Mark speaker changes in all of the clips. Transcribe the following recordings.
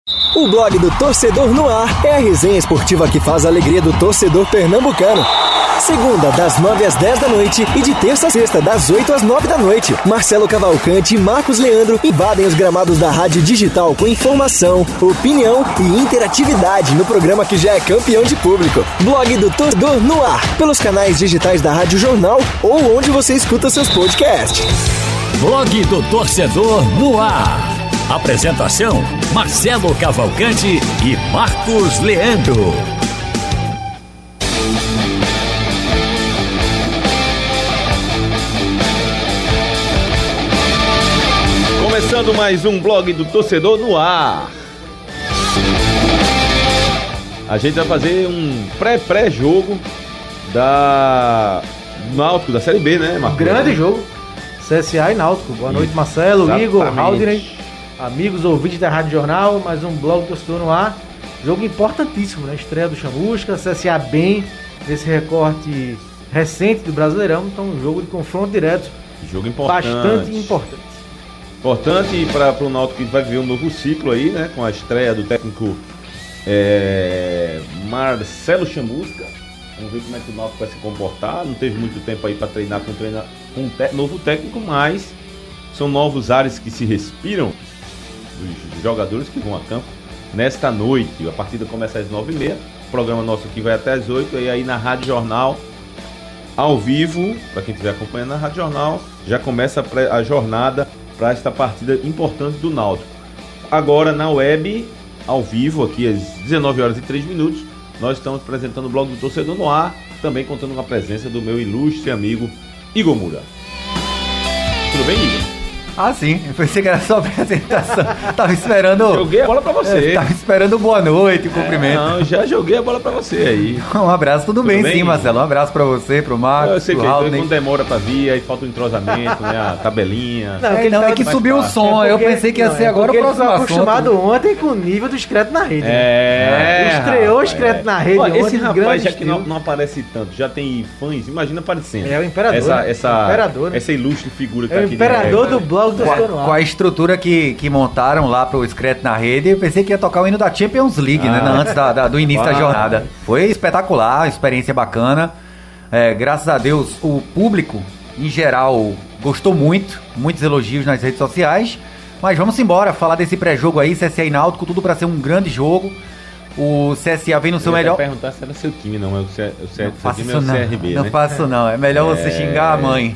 Speaker 1: O blog do Torcedor no Ar é a resenha esportiva que faz a alegria do torcedor pernambucano. Segunda, das 9 às 10 da noite e de terça a sexta, das 8 às 9 da noite. Marcelo Cavalcante e Marcos Leandro invadem os gramados da Rádio Digital com informação, opinião e interatividade no programa que já é campeão de público. Blog do Torcedor no Ar, pelos canais digitais da Rádio Jornal ou onde você escuta seus podcasts.
Speaker 2: Blog do Torcedor no Ar. Apresentação: Marcelo Cavalcante e Marcos Leandro.
Speaker 3: Começando mais um blog do Torcedor no Ar. A gente vai fazer um pré-jogo da Náutico, da Série B, né, Marcos?
Speaker 4: Grande jogo. CSA e Náutico. Boa noite, Marcelo,
Speaker 3: Exatamente.
Speaker 4: Igor, Haldney, amigos ouvintes da Rádio Jornal. Mais um blog do Torcedor no Ar. Jogo importantíssimo, né? Estreia do Chamusca, CSA bem nesse recorte recente do Brasileirão. Então, um jogo de confronto direto.
Speaker 3: Jogo importante.
Speaker 4: Bastante importante.
Speaker 3: Importante para o Náutico, que vai viver um novo ciclo aí, né? Com a estreia do técnico Marcelo Chamusca. Vamos ver como é que o Náutico vai se comportar. Não teve muito tempo aí para treinar com um novo técnico, mas são novos ares que se respiram dos jogadores que vão a campo nesta noite. A partida começa às 9h30. O programa nosso aqui vai até às 8h. E aí na Rádio Jornal, ao vivo, para quem estiver acompanhando na Rádio Jornal, já começa a jornada para esta partida importante do Náutico. Agora na web, ao vivo, aqui às 19h03, nós estamos apresentando o blog do Torcedor no Ar, também contando com a presença do meu ilustre amigo Igor Moura. Tudo bem, Igor?
Speaker 5: Ah, sim. Eu pensei que era só a apresentação. Tava esperando...
Speaker 3: Joguei a bola pra você.
Speaker 5: Tava esperando boa noite, o cumprimento.
Speaker 3: Não, já joguei a bola pra você aí.
Speaker 5: Um abraço, tudo bem, sim,
Speaker 3: Igor?
Speaker 5: Marcelo. Um abraço pra você, pro Marcos,
Speaker 3: Eu sei
Speaker 5: pro
Speaker 3: que
Speaker 5: Haldney.
Speaker 3: quando demora pra vir, aí falta o entrosamento, né? A tabelinha.
Speaker 5: É que subiu o som. Eu pensei que ia ser agora o próximo assunto.
Speaker 4: Acostumado ontem com o nível do discreto na rede. Estreou o discreto na rede.
Speaker 3: Olha, esse
Speaker 4: ontem,
Speaker 3: rapaz,
Speaker 4: grande
Speaker 3: já que não
Speaker 4: estilo.
Speaker 3: aparece tanto, já tem fãs, imagina aparecendo.
Speaker 4: É o imperador. Imperador, né?
Speaker 3: Essa ilustre figura que
Speaker 4: É
Speaker 3: tá
Speaker 4: o
Speaker 3: aqui
Speaker 4: imperador
Speaker 3: dentro.
Speaker 4: do blog do Torcedor no
Speaker 5: Com a
Speaker 4: Ar.
Speaker 5: estrutura que montaram lá pro Discreto na Rede, eu pensei que ia tocar o hino da Champions League, né? Antes do início da jornada. Foi espetacular, experiência bacana. Graças a Deus, o público, em geral, gostou muito. Muitos elogios nas redes sociais. Mas vamos embora, falar desse pré-jogo aí, CSA e Náutico, tudo pra ser um grande jogo. O CSA vem no seu melhor...
Speaker 3: Eu ia perguntar se era seu time, não. É o seu
Speaker 5: Faço
Speaker 3: time é o
Speaker 5: isso não,
Speaker 3: CRB,
Speaker 5: não
Speaker 3: né?
Speaker 5: faço não, é melhor você xingar a mãe.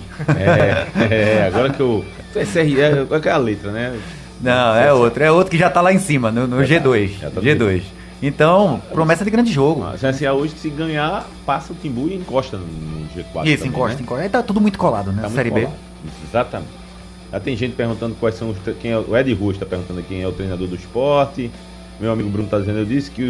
Speaker 3: Agora que eu... Qual que é a letra, né?
Speaker 5: Não, é outro que já tá lá em cima, no G2.
Speaker 3: Já tá
Speaker 5: G2. Então, promessa de grande jogo.
Speaker 3: O CSA hoje, se ganhar, passa o Timbu e encosta no G4.
Speaker 5: Isso,
Speaker 3: também,
Speaker 5: encosta. Aí tá tudo muito colado, né?
Speaker 3: Tá muito
Speaker 5: Série B.
Speaker 3: colado. Exatamente. Já tem gente perguntando quais são o Ed Russo tá perguntando quem é o treinador do Sport. Meu amigo Bruno tá dizendo, eu disse que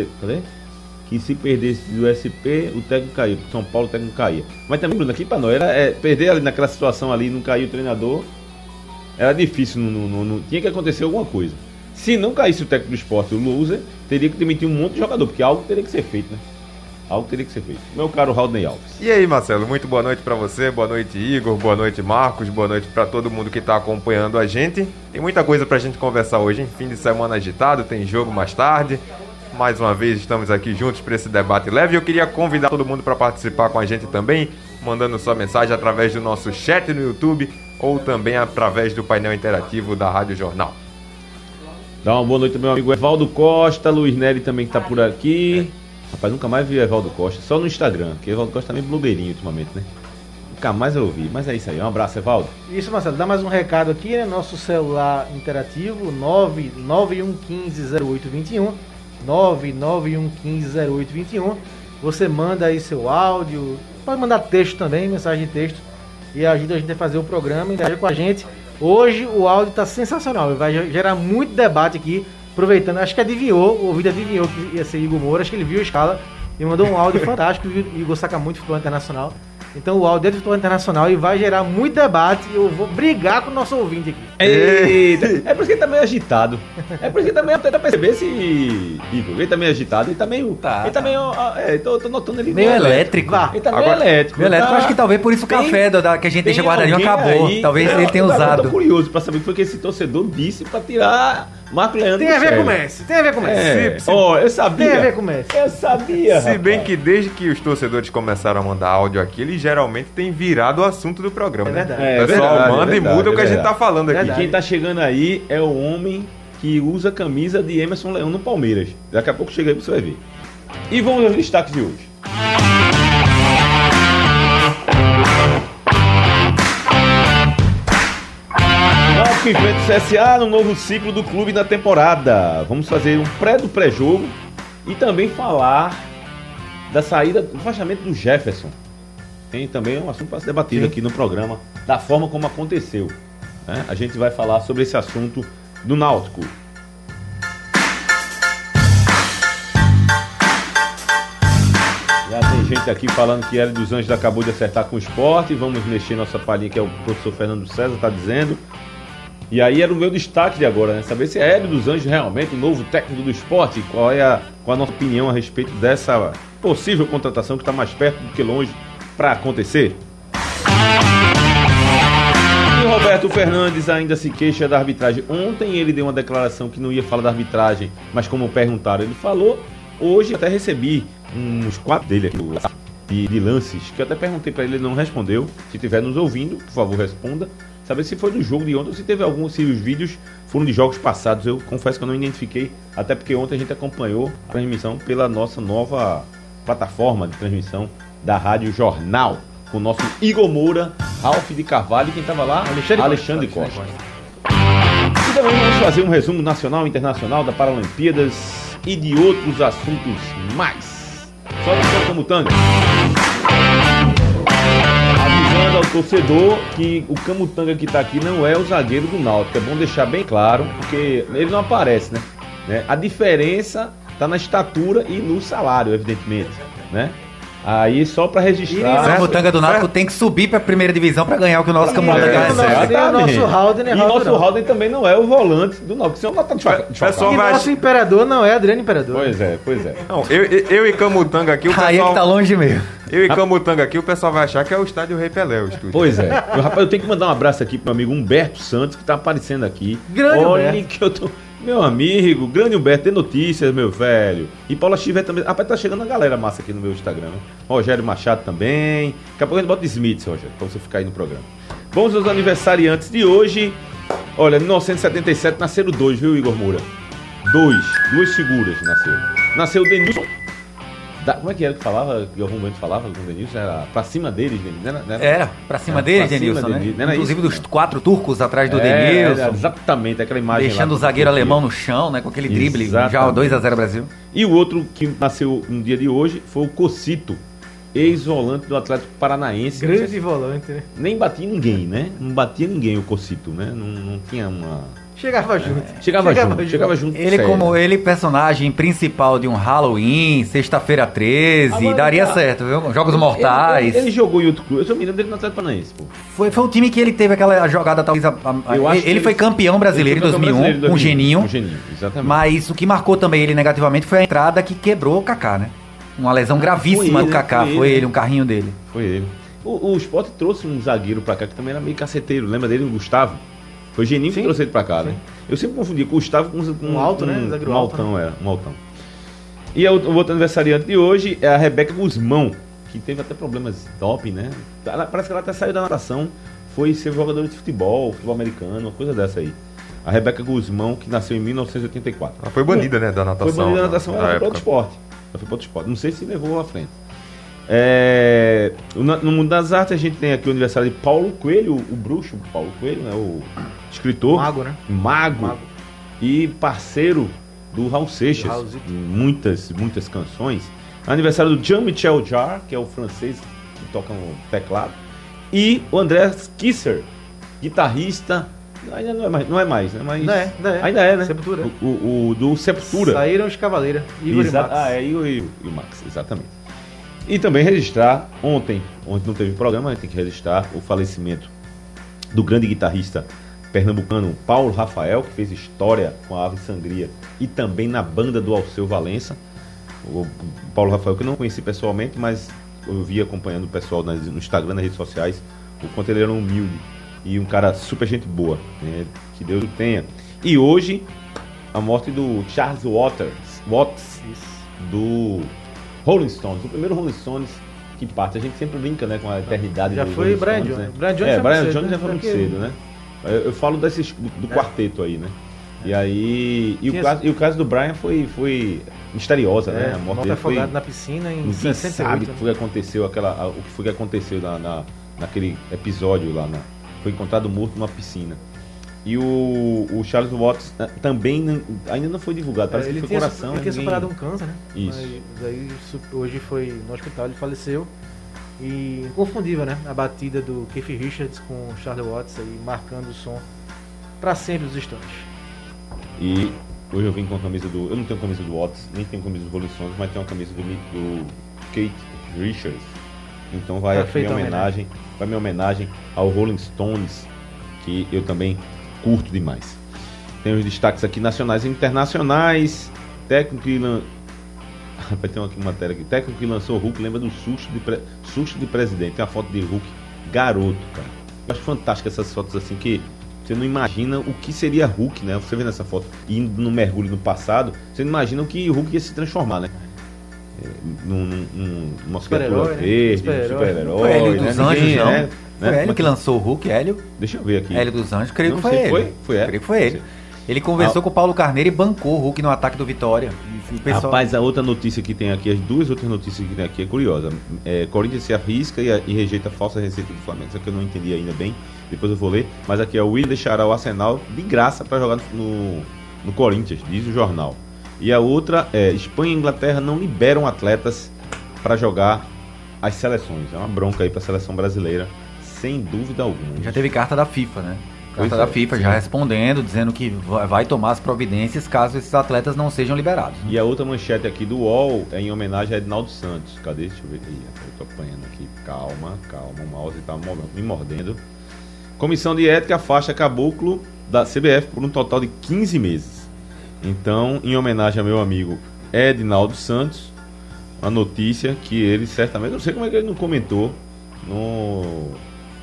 Speaker 3: que se perdesse do SP, o técnico caía. Pro São Paulo, o técnico caía. Mas também, Bruno, aqui pra nós, perder ali naquela situação ali, não cair o treinador, era difícil, tinha que acontecer alguma coisa. Se não caísse o técnico do Sport, o loser, teria que demitir um monte de jogador, porque algo teria que ser feito, né? Algo teria que ser feito. Meu caro Haldney Alves.
Speaker 6: E aí, Marcelo, muito boa noite pra você, boa noite, Igor, boa noite, Marcos, boa noite pra todo mundo que tá acompanhando a gente. Tem muita coisa pra gente conversar hoje, hein? Fim de semana agitado, tem jogo mais tarde. Mais uma vez estamos aqui juntos para esse debate leve. Eu queria convidar todo mundo para participar com a gente também, mandando sua mensagem através do nosso chat no YouTube ou também através do painel interativo da Rádio Jornal.
Speaker 3: Dá uma boa noite ao meu amigo Evaldo Costa, Luiz Nery também que tá por aqui. Rapaz, nunca mais vi o Evaldo Costa, só no Instagram, porque o Evaldo Costa tá meio blogueirinho ultimamente, né? Nunca mais eu ouvi, mas é isso aí. Um abraço, Evaldo.
Speaker 4: Isso, Marcelo. Dá mais um recado aqui, né? Nosso celular interativo, 991150821. 991150821. Você manda aí seu áudio, pode mandar texto também, mensagem de texto, e ajuda a gente a fazer o programa, interagir com a gente. Hoje o áudio está sensacional, vai gerar muito debate aqui, aproveitando, acho que o ouvinte adivinhou que ia ser Igor Moura, acho que ele viu a escala e mandou um áudio fantástico. Igor saca muito futebol internacional. Então o áudio é do futebol internacional e vai gerar muito debate. Eu vou brigar com o nosso ouvinte aqui.
Speaker 3: Eita! É por isso que ele tá meio agitado. É por isso que ele tá meio... Tenta perceber se... Igor, ele tá meio agitado. Ele tá meio... Ele tá meio... tô notando ele
Speaker 5: meio elétrico.
Speaker 3: Ele tá meio elétrico.
Speaker 5: Meio elétrico. Acho que talvez por isso o café que a gente deixa guardadinho acabou.
Speaker 3: Aí,
Speaker 5: talvez ele tenha usado.
Speaker 3: Eu tô curioso pra saber o que foi que esse torcedor disse pra tirar Marco Leandro.
Speaker 4: Tem a ver com o Messi, tem a ver com o Messi.
Speaker 3: Eu sabia.
Speaker 4: Tem a ver com o Messi.
Speaker 3: Eu sabia,
Speaker 6: Se bem que desde que os torcedores começaram a mandar áudio aqui, eles geralmente têm virado o assunto do programa.
Speaker 4: É verdade.
Speaker 6: O pessoal manda e muda o que a gente tá falando aqui.
Speaker 3: E quem tá chegando aí é o homem que usa a camisa de Emerson Leão no Palmeiras. Daqui a pouco chega aí pra você vai ver. E vamos aos destaques de hoje. Náutico enfrenta o CSA no novo ciclo do clube da temporada. Vamos fazer um pré-jogo e também falar da saída, do afastamento do Jefferson. Tem também um assunto para ser debatido aqui no programa, da forma como aconteceu. Né? A gente vai falar sobre esse assunto do Náutico. Já tem gente aqui falando que Hélio dos Anjos acabou de acertar com o Sport. Vamos mexer nossa palhinha, que é o professor Fernando César está dizendo. E aí era o meu destaque de agora, né? Saber se é Hélio dos Anjos realmente o novo técnico do Sport. Qual é a nossa opinião a respeito dessa possível contratação que está mais perto do que longe para acontecer. E o Roberto Fernandes ainda se queixa da arbitragem. Ontem ele deu uma declaração que não ia falar da arbitragem, mas como perguntaram, ele falou. Hoje até recebi uns 4 dele aqui de lances, que eu até perguntei para ele, ele não respondeu. Se estiver nos ouvindo, por favor, responda. Saber se foi do jogo de ontem ou se teve algum, se os vídeos foram de jogos passados. Eu confesso que eu não identifiquei, até porque ontem a gente acompanhou a transmissão pela nossa nova plataforma de transmissão da Rádio Jornal, com o nosso Igor Moura, Ralf de Carvalho e quem estava lá? Alexandre Costa. E também vamos fazer um resumo nacional e internacional da Paralimpíadas e de outros assuntos mais. Só no Camutanga. Avisando ao torcedor que o Camutanga que está aqui não é o zagueiro do Náutico. É bom deixar bem claro, porque ele não aparece, né? A diferença está na estatura e no salário, evidentemente, né? Aí só para registrar.
Speaker 5: O Camutanga do Náutico tem que subir para a primeira divisão para ganhar o que o nosso Camutanga recebe.
Speaker 4: O nosso Halden é
Speaker 3: E o nosso Halden também não é o volante do Náutico. Senão não tá
Speaker 4: E nosso imperador não é Adriano Imperador.
Speaker 3: Pois é.
Speaker 6: Não, eu e Camutanga aqui, o pessoal...
Speaker 5: Aí é que tá longe mesmo.
Speaker 6: Eu e Camutanga aqui, o pessoal vai achar que é o estádio Rei Pelé, o estúdio.
Speaker 3: Pois é. Rapaz, eu tenho que mandar um abraço aqui pro meu amigo Humberto Santos, que tá aparecendo aqui.
Speaker 4: Grande
Speaker 3: Olha
Speaker 4: Humberto.
Speaker 3: que eu tô... Meu amigo, grande Humberto, tem notícias, meu velho. E Paula Chiver também. Rapaz, tá chegando a galera massa aqui no meu Instagram. Né? Rogério Machado também. Daqui a pouco a gente bota Smith, Rogério, pra você ficar aí no programa. Vamos aos aniversariantes de hoje. Olha, em 1977 nasceram 2, viu, Igor Moura? 2 figuras nasceram. Nasceu o Denilson. Como é que era que falava, que algum momento falava com o Denilson? Era pra cima deles, Denilson.
Speaker 5: Era, pra cima deles,
Speaker 3: pra
Speaker 5: Denilson,
Speaker 3: cima
Speaker 5: né?
Speaker 3: deles.
Speaker 5: Inclusive dos 4 turcos atrás do
Speaker 3: Era
Speaker 5: Denilson.
Speaker 3: exatamente, aquela imagem
Speaker 5: Deixando
Speaker 3: lá,
Speaker 5: o zagueiro alemão no chão, né? Com aquele drible,
Speaker 3: Exatamente.
Speaker 5: já 2-0 Brasil.
Speaker 3: E o outro que nasceu no dia de hoje foi o Cocito, ex-volante do Atlético Paranaense.
Speaker 4: Grande volante, né?
Speaker 3: Nem batia ninguém, né? Não batia ninguém o Cocito, né? Não tinha uma...
Speaker 4: Chegava junto.
Speaker 3: Chegava junto.
Speaker 5: Ele
Speaker 3: sério.
Speaker 5: como ele personagem principal de um Halloween, Sexta-feira 13,
Speaker 3: Agora,
Speaker 5: daria
Speaker 3: cara,
Speaker 5: certo, viu? Jogos Mortais.
Speaker 3: Ele jogou em outro clube. Eu só me lembro dele no Atlético Paranaense, pô.
Speaker 5: Foi o time que ele teve aquela jogada, talvez.
Speaker 3: Eu acho que
Speaker 5: Ele foi campeão brasileiro em
Speaker 3: ele foi campeão
Speaker 5: 2001, com o Geninho.
Speaker 3: Com o Geninho, exatamente.
Speaker 5: Mas o que marcou também ele negativamente foi a entrada que quebrou o Kaká, né? Uma lesão gravíssima
Speaker 3: foi
Speaker 5: do
Speaker 3: ele,
Speaker 5: Kaká,
Speaker 3: foi
Speaker 5: foi
Speaker 3: ele.
Speaker 5: ele, um carrinho dele.
Speaker 3: Foi ele. O Sport trouxe um zagueiro pra cá que também era meio caceteiro. Lembra dele, o Gustavo? Foi o Geninho que trouxe ele pra cá, né? Eu sempre confundia com o Gustavo com
Speaker 4: Um alto, né? Zagueiro
Speaker 3: um
Speaker 4: alto,
Speaker 3: altão, um altão. E o outro aniversariante de hoje é a Rebeca Guzmão, que teve até problemas doping, né? Parece que ela até saiu da natação, foi ser jogadora de futebol americano, uma coisa dessa aí. A Rebeca Guzmão, que nasceu em 1984.
Speaker 6: Ela foi banida, né, da natação.
Speaker 3: Foi banida da natação, ela foi para outro esporte. Não sei se levou à frente. No mundo das artes, a gente tem aqui o aniversário de Paulo Coelho, o bruxo Paulo Coelho, né? O escritor.
Speaker 4: Mago, né?
Speaker 3: Mago. E parceiro do Raul Seixas.
Speaker 4: Raulzito.
Speaker 3: Muitas canções. Aniversário do Jean-Michel Jarre, que é o francês que toca no teclado. E o André Kisser, guitarrista. Ainda não é mais, né? Mas ainda é, né?
Speaker 4: Sepultura.
Speaker 3: O do Sepultura.
Speaker 4: Saíram os Cavaleiros. Igor e Max.
Speaker 3: Igor e o Max, exatamente. E também registrar, ontem não teve programa, a gente tem que registrar o falecimento do grande guitarrista pernambucano Paulo Rafael, que fez história com a Ave Sangria e também na banda do Alceu Valença. O Paulo Rafael, que eu não conheci pessoalmente, mas eu vi acompanhando o pessoal no Instagram, nas redes sociais, o quanto ele era humilde e um cara super gente boa, né? Que Deus o tenha. E hoje a morte do Charles Watts do Rolling Stones, o primeiro Rolling Stones que parte. A gente sempre brinca, né, com a eternidade
Speaker 4: já
Speaker 3: do
Speaker 4: foi
Speaker 3: Rolling
Speaker 4: Brian
Speaker 3: Stones,
Speaker 4: Jones.
Speaker 3: né?
Speaker 4: Brian Jones,
Speaker 3: Brian Jones já foi muito cedo, né? Eu falo do quarteto aí, né? E aí. E o caso do Brian foi misteriosa, né? A morte
Speaker 4: afogado
Speaker 3: foi
Speaker 4: na piscina em
Speaker 3: ninguém
Speaker 4: 68.
Speaker 3: sabe o que foi que aconteceu, o que foi que aconteceu naquele episódio lá. Foi encontrado morto numa piscina. E o Charles Watts também ainda não foi divulgado, parece que foi coração.
Speaker 4: Ele tinha superado um câncer, né?
Speaker 3: Isso.
Speaker 4: Mas aí hoje foi no hospital, ele faleceu. E inconfundível, né? A batida do Keith Richards com o Charles Watts aí, marcando o som pra sempre dos Stones.
Speaker 3: E hoje eu vim com a camisa eu não tenho camisa do Watts, nem tenho camisa do Rolling Stones, mas tenho uma camisa do Keith Richards. Então vai minha homenagem ao Rolling Stones, que eu também curto demais. Tem os destaques aqui nacionais e internacionais. Técnico que vai ter aqui uma matéria aqui. Técnico que lançou o Hulk lembra do susto de presidente. Tem uma foto de Hulk garoto, cara. Eu acho fantástico essas fotos assim que você não imagina o que seria Hulk, né? Você vê nessa foto indo no mergulho no passado, você não imagina o que o Hulk ia se transformar, né? Numa criatura verde, super-herói.
Speaker 5: Foi Hélio dos Anjos, não?
Speaker 3: Né?
Speaker 5: Foi Hélio que lançou o Hulk, Hélio?
Speaker 3: Deixa eu ver aqui.
Speaker 5: Hélio dos Anjos, creio que foi ele.
Speaker 3: Foi Hélio?
Speaker 5: Creio que foi ele. Ele conversou com o Paulo Carneiro e bancou o Hulk no ataque do Vitória.
Speaker 3: Rapaz, a outra notícia que tem aqui, as duas outras notícias que tem aqui é curiosa. Corinthians se arrisca e rejeita a falsa receita do Flamengo. Isso aqui eu não entendi ainda bem, depois eu vou ler. Mas aqui é o Will deixará o Arsenal de graça para jogar no Corinthians, diz o jornal. E a outra é: Espanha e Inglaterra não liberam atletas para jogar as seleções. É uma bronca aí para a seleção brasileira, sem dúvida alguma.
Speaker 5: Já teve carta da FIFA, né? Carta da FIFA já respondendo, dizendo que vai tomar as providências caso esses atletas não sejam liberados.
Speaker 3: E a outra manchete aqui do UOL é em homenagem a Edinaldo Santos. Cadê? Deixa eu ver. Eu tô apanhando aqui. Calma. O mouse tá me mordendo. Comissão de Ética afasta caboclo da CBF por um total de 15 meses. Então, em homenagem ao meu amigo Edinaldo Santos, a notícia que ele certamente, não sei como é que ele não comentou no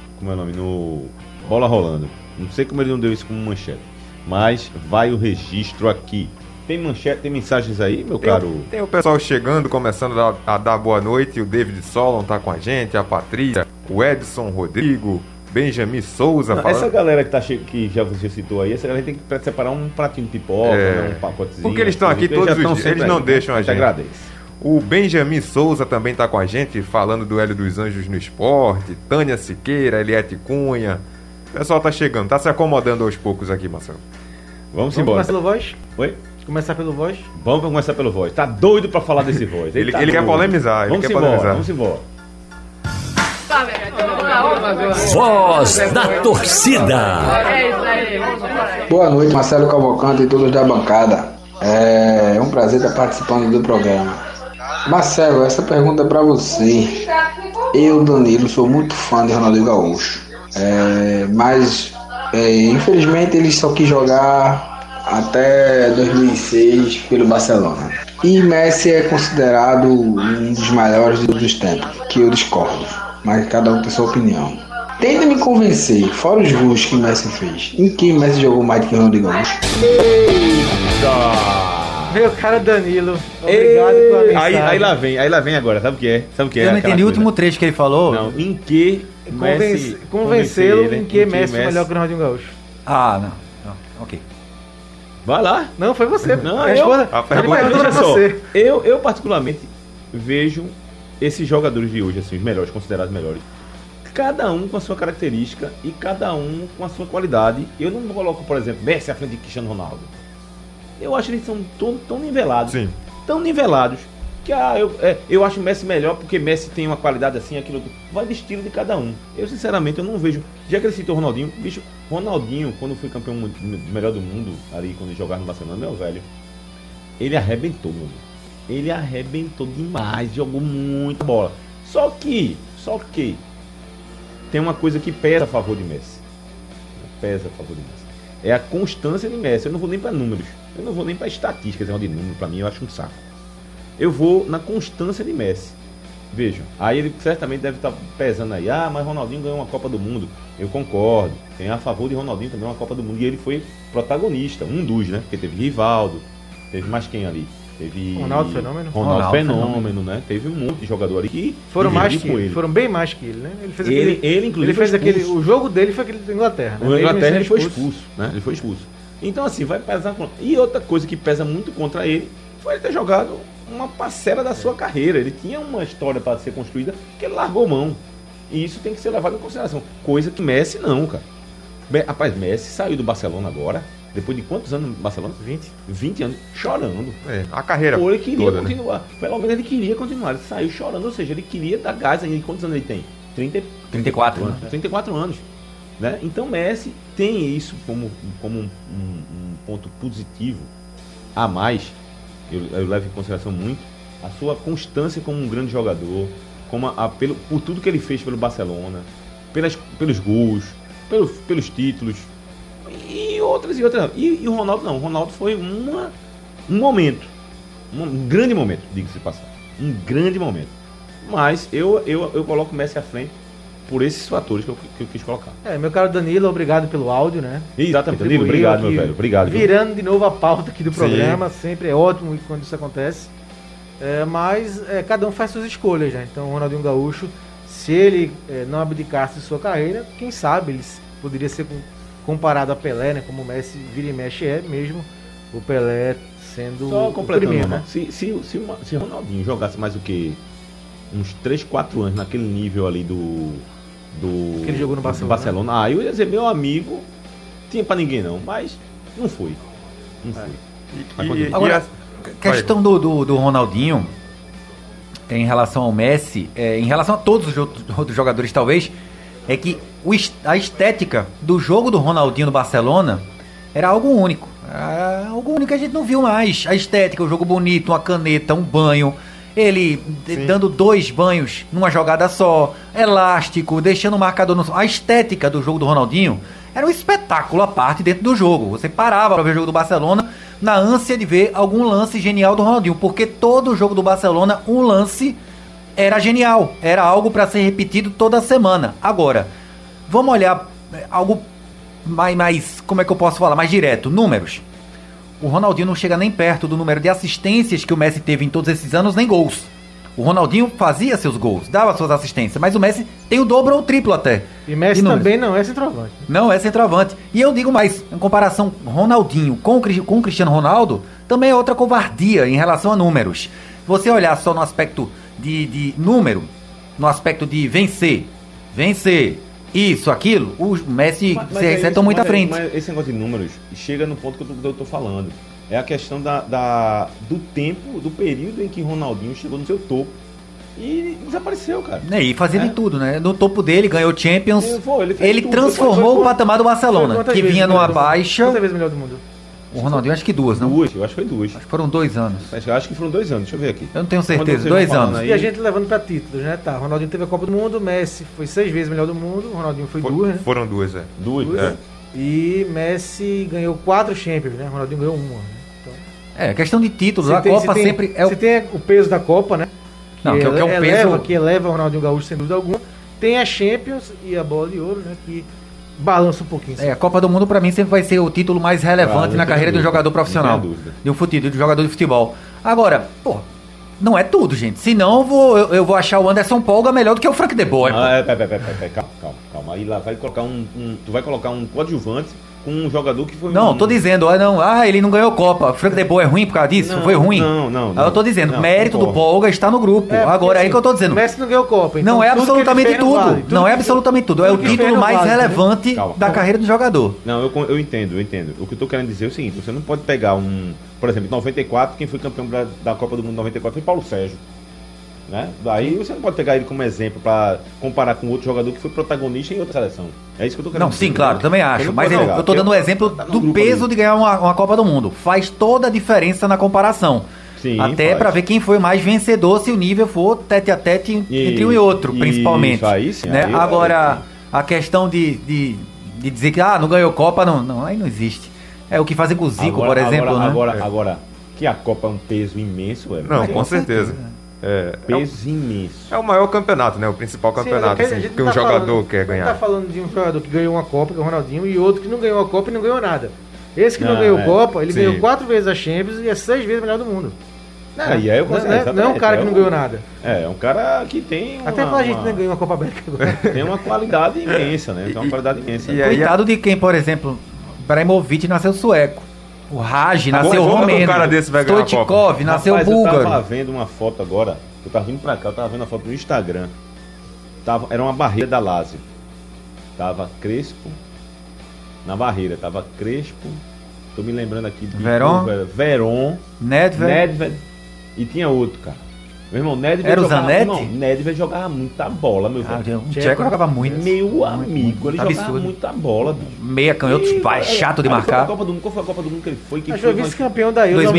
Speaker 3: Bola Rolando. Não sei como ele não deu isso como manchete, mas vai o registro aqui. Tem manchete, tem mensagens aí, meu caro?
Speaker 6: Tem o pessoal chegando, começando a dar boa noite. O David Solon tá com a gente, a Patrícia, o Edson Rodrigo, Benjamin Souza.
Speaker 3: Essa galera que já você citou aí, essa galera tem que separar um pratinho de pipoca, um pacotezinho.
Speaker 6: Porque eles estão aqui todos os dias, eles não deixam a gente.
Speaker 3: Agradeço.
Speaker 6: O Benjamin Souza também tá com a gente, falando do Hélio dos Anjos no esporte. Tânia Siqueira, Eliette Cunha. O pessoal tá chegando, tá se acomodando aos poucos aqui, Marcelo.
Speaker 3: Vamos embora.
Speaker 4: Começar pelo Voz?
Speaker 3: Oi?
Speaker 4: Começar pelo Voz?
Speaker 3: Vamos começar pelo Voz. Tá doido pra falar desse Voz.
Speaker 6: Ele quer polemizar.
Speaker 3: Vamos embora.
Speaker 2: Voz da torcida.
Speaker 7: Boa noite, Marcelo Cavalcante e todos da bancada. É um prazer estar participando do programa. Marcelo, essa pergunta é pra você. Eu, Danilo, sou muito fã de Ronaldinho Gaúcho. Mas infelizmente ele só quis jogar até 2006 pelo Barcelona. E Messi é considerado um dos maiores de todos os tempos, que eu discordo, mas cada um tem sua opinião. Tenta me convencer, fora os gols que Messi fez, em que Messi jogou mais do que Ronaldinho Gaúcho?
Speaker 4: Meu cara Danilo, obrigado pela mensagem.
Speaker 3: Aí lá vem agora, sabe o que é?
Speaker 5: Eu não entendi o último trecho que ele falou.
Speaker 3: Não, em que
Speaker 4: convencê-lo em que Messi é melhor que o Ronaldinho Gaúcho.
Speaker 5: Não, ok.
Speaker 3: Vai lá.
Speaker 4: Não, foi você.
Speaker 3: Não,
Speaker 6: a pergunta
Speaker 3: é você. Eu particularmente vejo esses jogadores de hoje, assim, os melhores, considerados melhores, cada um com a sua característica e cada um com a sua qualidade. Eu não coloco, por exemplo, Messi à frente de Cristiano Ronaldo. Eu acho que eles são tão nivelados.
Speaker 6: Sim. Tão
Speaker 3: nivelados. Que eu acho o Messi melhor porque Messi tem uma qualidade assim, aquilo. Vai de estilo de cada um. Eu, sinceramente, eu não vejo. Já que ele citou o Ronaldinho, bicho, Ronaldinho, quando foi campeão melhor do mundo, ali, quando ele jogava no Barcelona, meu velho, ele arrebentou, meu amigo. Ele arrebentou demais, jogou muita bola. Só que, tem uma coisa que pesa a favor de Messi. Pesa a favor de Messi. É a constância de Messi. Eu não vou nem para números. Eu não vou nem para estatísticas de número. Para mim, eu acho um saco. Eu vou na constância de Messi. Vejam, aí ele certamente deve estar pesando aí, mas Ronaldinho ganhou uma Copa do Mundo. Eu concordo, tem a favor de Ronaldinho também uma Copa do Mundo. E ele foi protagonista, um dos, né? Porque teve Rivaldo, teve mais quem ali? Teve
Speaker 4: Ronaldo Fenômeno.
Speaker 3: Ronaldo Fenômeno, né? Teve um monte de jogador ali que
Speaker 4: foram mais que
Speaker 3: ele.
Speaker 4: Foram bem mais que ele, né? Ele fez
Speaker 3: inclusive,
Speaker 4: fez aquele. O jogo dele foi aquele da Inglaterra.
Speaker 3: Né? O Inglaterra ele foi expulso, né? Ele foi expulso. Então, assim, vai pesar contra. E outra coisa que pesa muito contra ele foi ele ter jogado uma parcela da sua carreira. Ele tinha uma história para ser construída que ele largou mão. E isso tem que ser levado em consideração. Coisa que Messi não, cara. Rapaz, Messi saiu do Barcelona agora. Depois de quantos anos no Barcelona? 20 anos, chorando.
Speaker 6: A carreira
Speaker 3: ele queria
Speaker 6: toda,
Speaker 3: continuar. Né? Pelo menos ele queria continuar. Ele saiu chorando, ou seja, ele queria dar gás ainda. Quantos anos ele tem?
Speaker 5: 34
Speaker 3: anos. 34 anos. Né? Então Messi tem isso como um ponto positivo a mais. Eu levo em consideração muito a sua constância como um grande jogador, por tudo que ele fez pelo Barcelona, pelos gols, pelos títulos. E outras. E o Ronaldo não. O Ronaldo foi um momento. Um grande momento, diga-se de passagem. Um grande momento. Mas eu coloco o Messi à frente por esses fatores que eu quis colocar.
Speaker 4: Meu caro Danilo, obrigado pelo áudio, né?
Speaker 3: Exatamente, Danilo, obrigado, meu velho. Obrigado.
Speaker 4: Virando de novo a pauta aqui do programa. Sempre é ótimo quando isso acontece. Mas cada um faz suas escolhas, né? Então o Ronaldinho Gaúcho, se ele não abdicasse de sua carreira, quem sabe ele poderia ser comparado a Pelé, né? Como o Messi vira e mexe mesmo, o Pelé sendo
Speaker 3: só completando,
Speaker 4: o primeiro, né?
Speaker 3: Se o Ronaldinho jogasse mais o que? Uns 3, 4 anos naquele nível ali que
Speaker 4: ele jogou no Barcelona.
Speaker 3: Aí eu ia dizer, meu amigo, tinha pra ninguém não, mas não foi.
Speaker 5: Agora, a questão do Ronaldinho em relação ao Messi, em relação a todos os outros jogadores talvez, é que a estética do jogo do Ronaldinho no Barcelona era algo único. Era algo único que a gente não viu mais. A estética, o jogo bonito, uma caneta, um banho, ele dando 2 banhos numa jogada só, elástico, deixando o marcador no... A estética do jogo do Ronaldinho era um espetáculo à parte dentro do jogo. Você parava para ver o jogo do Barcelona na ânsia de ver algum lance genial do Ronaldinho, porque todo o jogo do Barcelona, um lance era genial, era algo para ser repetido toda semana. Agora, vamos olhar algo mais, como é que eu posso falar, mais direto, números. O Ronaldinho não chega nem perto do número de assistências que o Messi teve em todos esses anos, nem gols. O Ronaldinho fazia seus gols, dava suas assistências, mas o Messi tem o dobro ou o triplo até.
Speaker 4: E Messi também não é centroavante.
Speaker 5: Não é centroavante. E eu digo mais, em comparação Ronaldinho com o Cristiano Ronaldo, também é outra covardia em relação a números. Você olhar só no aspecto de número, no aspecto de vencer, isso, aquilo, o Messi se receta muito à frente.
Speaker 3: Mas esse negócio de números chega no ponto que eu tô falando. É a questão do tempo, do período em que Ronaldinho chegou no seu topo e desapareceu, cara.
Speaker 5: E fazia de tudo, né? No topo dele, ganhou Champions. Ele
Speaker 3: tudo.
Speaker 5: Transformou o patamar do Barcelona, que vinha numa baixa.
Speaker 4: Quantas vezes melhor do mundo?
Speaker 5: O Ronaldinho, acho que 2, não?
Speaker 3: Eu acho que foi 2.
Speaker 5: Acho que foram 2 anos.
Speaker 3: Acho que foram 2 anos, deixa eu ver aqui.
Speaker 5: Eu não tenho certeza, 2 anos.
Speaker 4: E a gente levando pra títulos, né? Tá, Ronaldinho teve a Copa do Mundo, Messi foi 6 vezes melhor do mundo, o Ronaldinho foi 2, né?
Speaker 6: Foram 2, é.
Speaker 3: 2,
Speaker 4: E Messi ganhou 4 Champions, né? Ronaldinho ganhou 1, né? Então,
Speaker 5: questão de títulos, a Copa sempre é o...
Speaker 4: Você tem o peso da Copa, né?
Speaker 5: Não, que é o peso...
Speaker 4: Que eleva o Ronaldinho Gaúcho, sem dúvida alguma. Tem a Champions e a Bola de Ouro, né? Que balança um pouquinho.
Speaker 5: A Copa do Mundo pra mim sempre vai ser o título mais relevante na carreira de um jogador profissional. De um jogador de futebol. Agora, não é tudo, gente. Senão eu vou achar o Anderson Polga melhor do que o Frank De Boer.
Speaker 3: Calma. Aí lá vai colocar tu vai colocar um coadjuvante com um jogador que foi...
Speaker 5: Não, tô dizendo, ele não ganhou Copa. O Frank De Boer é ruim por causa disso? Foi ruim?
Speaker 3: Não.
Speaker 5: Aí eu tô dizendo, mérito do Polga está no grupo. Agora, aí que eu tô dizendo.
Speaker 4: O Messi não ganhou Copa. Então
Speaker 5: não é absolutamente tudo. Não é absolutamente tudo. É o título mais relevante da carreira do jogador.
Speaker 3: Não, eu entendo. O que eu tô querendo dizer é o seguinte, você não pode pegar por exemplo, em 94, quem foi campeão da Copa do Mundo em 94 foi Paulo Sérgio. Né? Daí você não pode pegar ele como exemplo para comparar com outro jogador que foi protagonista em outra seleção. É isso que eu tô querendo dizer.
Speaker 5: Sim, claro, também acho. Mas eu tô dando o exemplo do peso de ganhar uma Copa do Mundo. Faz toda a diferença na comparação.
Speaker 3: Sim,
Speaker 5: até para ver quem foi mais vencedor, se o nível for tete a tete entre um e outro, principalmente.
Speaker 3: Aí sim,
Speaker 5: né? Agora, a questão de dizer que não ganhou Copa, não, aí não existe. É o que fazem com o Zico, por exemplo.
Speaker 3: Agora, que a Copa é um peso imenso,
Speaker 6: Não, com certeza.
Speaker 3: Peso imenso.
Speaker 6: É o maior campeonato, né? O principal campeonato assim, que um jogador quer ganhar.
Speaker 4: A gente tá falando de um jogador que ganhou uma Copa, que é o Ronaldinho, e outro que não ganhou a Copa e não ganhou nada. Esse que não ganhou a Copa, ele ganhou 4 vezes a Champions e é 6 vezes melhor do mundo.
Speaker 3: Não é
Speaker 4: um cara que não ganhou nada.
Speaker 3: É um cara que tem
Speaker 4: Até pra gente não ganhou uma Copa América.
Speaker 3: Tem uma qualidade imensa, né? Tem uma qualidade imensa.
Speaker 5: Coitado de quem, por exemplo, Ibrahimovic nasceu sueco. O Raj nasceu romeno.
Speaker 6: Um cara desse vai ganhar a Copa.
Speaker 5: Stoichkov nasceu búlgaro.
Speaker 3: Eu tava vendo uma foto agora, eu tava vindo pra cá, eu tava vendo a foto no Instagram. Era uma barreira da Lazio. Tava Crespo na barreira, tava Crespo. Tô me lembrando aqui de Veron, Nedved e tinha outro, cara. Meu irmão, Nedved
Speaker 5: era o Zanetti?
Speaker 3: Não, Nedved jogava muita bola, meu velho.
Speaker 5: O Tcheco jogava muito.
Speaker 3: Meu amigo, ele jogava
Speaker 5: absurdo.
Speaker 3: Muita bola, bicho.
Speaker 5: Meia canhoto, chato de marcar.
Speaker 3: Qual foi a Copa do Mundo que ele foi? Que
Speaker 4: foi vice-campeão da Euro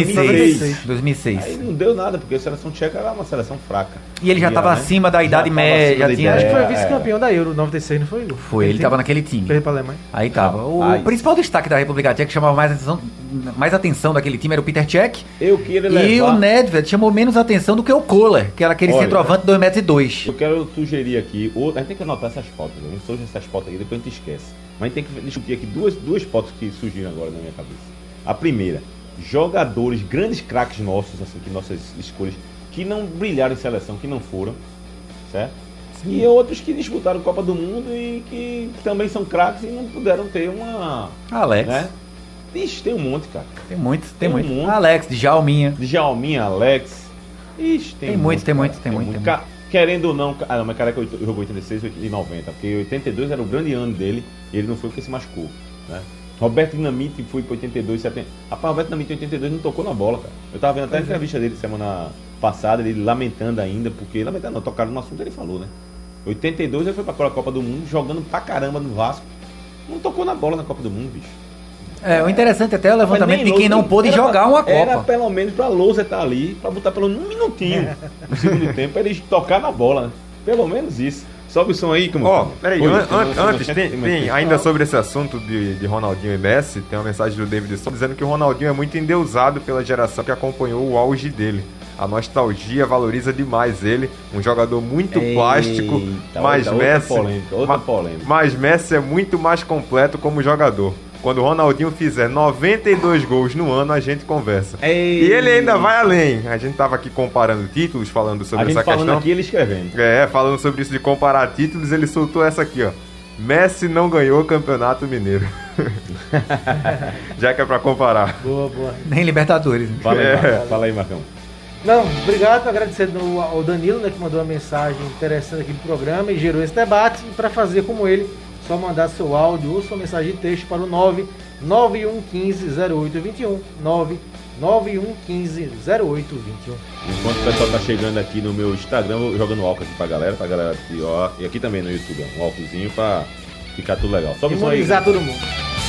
Speaker 5: 2006.
Speaker 3: Aí não deu nada, porque a seleção tcheca era uma seleção fraca.
Speaker 5: E ele já estava acima da idade média.
Speaker 4: Acho que foi vice-campeão da Euro 96, não foi?
Speaker 5: Foi, ele estava naquele time.
Speaker 4: Perdeu pra Alemanha.
Speaker 5: Aí tava. O principal destaque da República Tcheca que chamava mais atenção daquele time era o Peter Cech. E o Nedved chamou menos atenção do que o Kohler, que era aquele centroavante 2,2 m.
Speaker 3: Eu quero sugerir aqui, a gente tem que anotar essas fotos, a gente surge essas fotos aqui, depois a gente esquece. Mas a gente tem que discutir aqui duas fotos que surgiram agora na minha cabeça. A primeira, jogadores, grandes craques nossos, assim, que nossas escolhas, que não brilharam em seleção, que não foram, certo? Sim. E outros que disputaram Copa do Mundo e que também são craques e não puderam ter uma...
Speaker 5: Alex.
Speaker 3: Né? Ixi, tem um monte, cara.
Speaker 5: Tem muito. Alex, Djalminha,
Speaker 3: Alex. Ixi, tem muito. Querendo ou não, mas Careca jogou 86 e 90, porque 82 era o grande ano dele e ele não foi porque se machucou, né? Roberto Dinamite foi para 82, 70. Rapaz, Roberto Dinamite em 82 não tocou na bola, cara. Eu tava vendo até a entrevista dele semana passada, ele lamentando ainda, tocaram no assunto, ele falou, né? 82 ele foi pra Copa do Mundo, jogando pra caramba no Vasco. Não tocou na bola na Copa do Mundo, bicho.
Speaker 5: O interessante até é o levantamento de quem não pôde jogar uma Copa.
Speaker 3: Era pelo menos pra Lousa estar ali, pra botar pelo menos um minutinho no segundo tempo, pra ele tocar na bola, né? Pelo menos isso. Sobe o som aí, como.
Speaker 6: Peraí, antes, tem ainda sobre esse assunto de Ronaldinho e Messi, tem uma mensagem do David Sol dizendo que o Ronaldinho é muito endeusado pela geração que acompanhou o auge dele. A nostalgia valoriza demais ele, um jogador muito plástico, mas Messi.
Speaker 3: Outra polêmica.
Speaker 6: Mas Messi é muito mais completo como jogador. Quando o Ronaldinho fizer 92 gols no ano, a gente conversa. E ele ainda vai além. A gente tava aqui comparando títulos, falando sobre essa questão.
Speaker 3: Falando aqui, ele escrevendo.
Speaker 6: Falando sobre isso de comparar títulos, ele soltou essa aqui, ó. Messi não ganhou o Campeonato Mineiro. Já que é pra comparar.
Speaker 4: Boa.
Speaker 5: Nem Libertadores.
Speaker 3: Fala aí, Marcão.
Speaker 4: Não, obrigado, agradecendo ao Danilo, né, que mandou uma mensagem interessante aqui do programa e gerou esse debate. E para fazer como ele, só mandar seu áudio ou sua mensagem de texto para o 991150821. 991150821.
Speaker 3: Enquanto o pessoal tá chegando aqui no meu Instagram, eu vou jogando álcool aqui pra galera aqui, ó. E aqui também no YouTube, um álcoolzinho pra ficar tudo legal. Só
Speaker 4: imunizar todo mundo.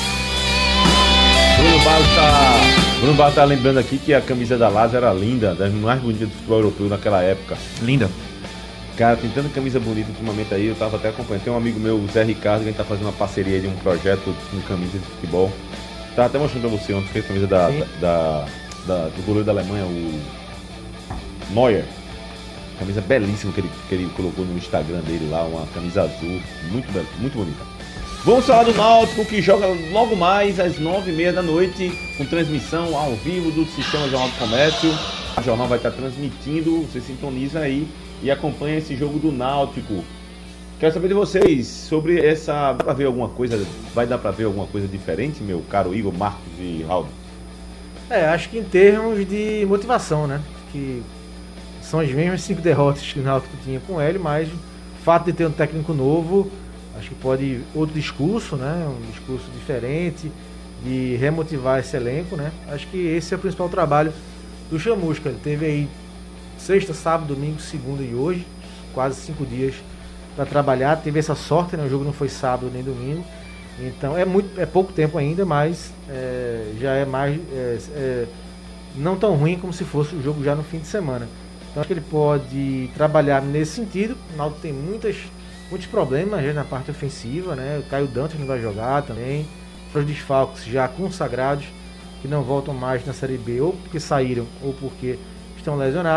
Speaker 3: Bruno Barros tá lembrando aqui que a camisa da Lazio era linda, das mais bonitas do futebol europeu naquela época.
Speaker 5: Linda.
Speaker 3: Cara, tem tanta camisa bonita ultimamente aí, eu tava até acompanhando. Tem um amigo meu, o Zé Ricardo, que a gente tá fazendo uma parceria de um projeto com camisa de futebol. Tava até mostrando pra você ontem, fez a camisa do goleiro da Alemanha, o Neuer. Camisa belíssima que ele colocou no Instagram dele lá, uma camisa azul, muito bela, muito bonita. Vamos falar do Náutico, que joga logo mais às 9h30 da noite, com transmissão ao vivo do Sistema Jornal do Comércio. O jornal vai estar transmitindo, você sintoniza aí e acompanha esse jogo do Náutico. Quero saber de vocês sobre essa... Dá pra ver alguma coisa, vai dar pra ver alguma coisa diferente, meu caro Igor, Marcos e Raul?
Speaker 4: Acho que em termos de motivação, né? Que são as mesmas 5 derrotas que o Náutico tinha com ele, mas o fato de ter um técnico novo, acho que pode outro discurso, né? Um discurso diferente, de remotivar esse elenco, né? Acho que esse é o principal trabalho do Chamusca. Ele teve aí sexta, sábado, domingo, segunda e hoje, quase 5 dias para trabalhar. Teve essa sorte, né? O jogo não foi sábado nem domingo, então é pouco tempo ainda, mas já é mais não tão ruim como se fosse o jogo já no fim de semana. Então acho que ele pode trabalhar nesse sentido. O Náutico tem muitos problemas já na parte ofensiva, né? O Caio Dantas não vai jogar também, os desfalques já consagrados que não voltam mais na Série B, ou porque saíram ou porque estão lesionados.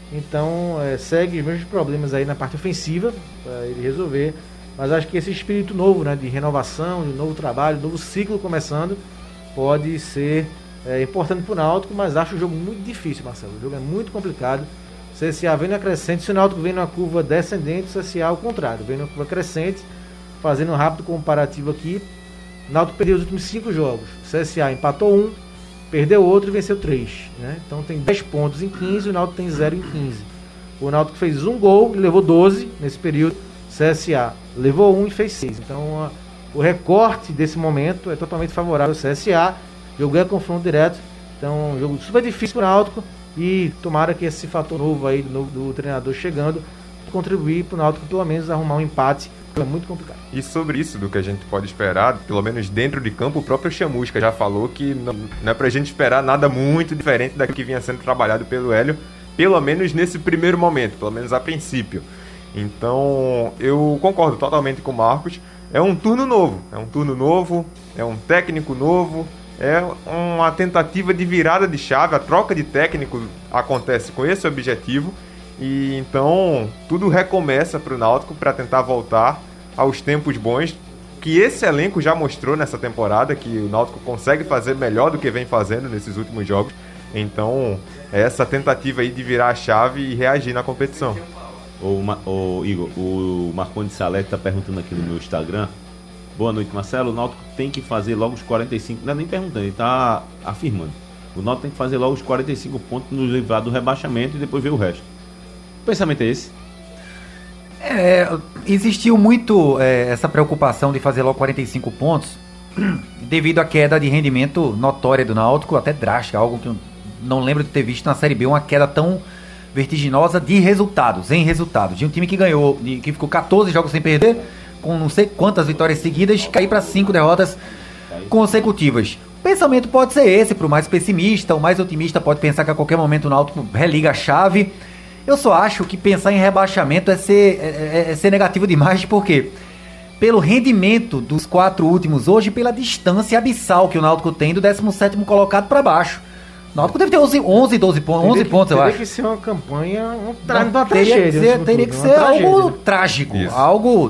Speaker 4: Então segue os mesmos problemas aí na parte ofensiva para ele resolver. Mas acho que esse espírito novo, né, de renovação, de um novo trabalho, um novo ciclo começando, pode ser importante para o Náutico, mas acho o jogo muito difícil, Marcelo. O jogo é muito complicado. O CSA vem na crescente, se o Náutico vem numa curva descendente, o CSA ao contrário, vem numa curva crescente. Fazendo um rápido comparativo aqui, o Náutico perdeu os últimos 5 jogos. O CSA empatou 1, perdeu outro e venceu 3. Né? Então tem 10 pontos em 15 e o Náutico tem 0 em 15. O Náutico fez 1 gol e levou 12 nesse período. O CSA levou 1 e fez 6. Então o recorte desse momento é totalmente favorável ao CSA. O jogo é confronto direto. Então um jogo super difícil para o Náutico. E tomara que esse fator novo aí do treinador chegando contribuir para o Náutico pelo menos arrumar um empate. É muito complicado.
Speaker 6: E sobre isso, do que a gente pode esperar, pelo menos dentro de campo, o próprio Chamusca já falou que não é pra gente esperar nada muito diferente daquilo que vinha sendo trabalhado pelo Hélio, pelo menos nesse primeiro momento, pelo menos a princípio. Então, eu concordo totalmente com o Marcos. É um turno novo, é um técnico novo, é uma tentativa de virada de chave, a troca de técnico acontece com esse objetivo. E então tudo recomeça para o Náutico para tentar voltar aos tempos bons que esse elenco já mostrou nessa temporada, que o Náutico consegue fazer melhor do que vem fazendo nesses últimos jogos. Então é essa tentativa aí de virar a chave e reagir na competição.
Speaker 3: Ô Igor, o Marconi Salete está perguntando aqui no meu Instagram. Boa noite, Marcelo. O Náutico tem que fazer logo os 45, não é nem perguntando, ele está afirmando. O Náutico tem que fazer logo os 45 pontos, nos livrar do rebaixamento e depois ver o resto. O pensamento é esse?
Speaker 5: Existiu muito essa preocupação de fazer logo 45 pontos devido à queda de rendimento notória do Náutico, até drástica, algo que eu não lembro de ter visto na Série B, uma queda tão vertiginosa de resultados, de um time que ganhou, que ficou 14 jogos sem perder, com não sei quantas vitórias seguidas, cair para 5 derrotas consecutivas. O pensamento pode ser esse, para o mais pessimista. O mais otimista pode pensar que a qualquer momento o Náutico religa a chave. Eu só acho que pensar em rebaixamento é ser negativo demais, porque pelo rendimento dos 4 últimos hoje, pela distância abissal que o Náutico tem do 17º colocado para baixo. O Náutico deve ter 12 pontos, eu acho.
Speaker 4: Teria que ser uma campanha,
Speaker 5: teria que ser algo trágico, isso. Algo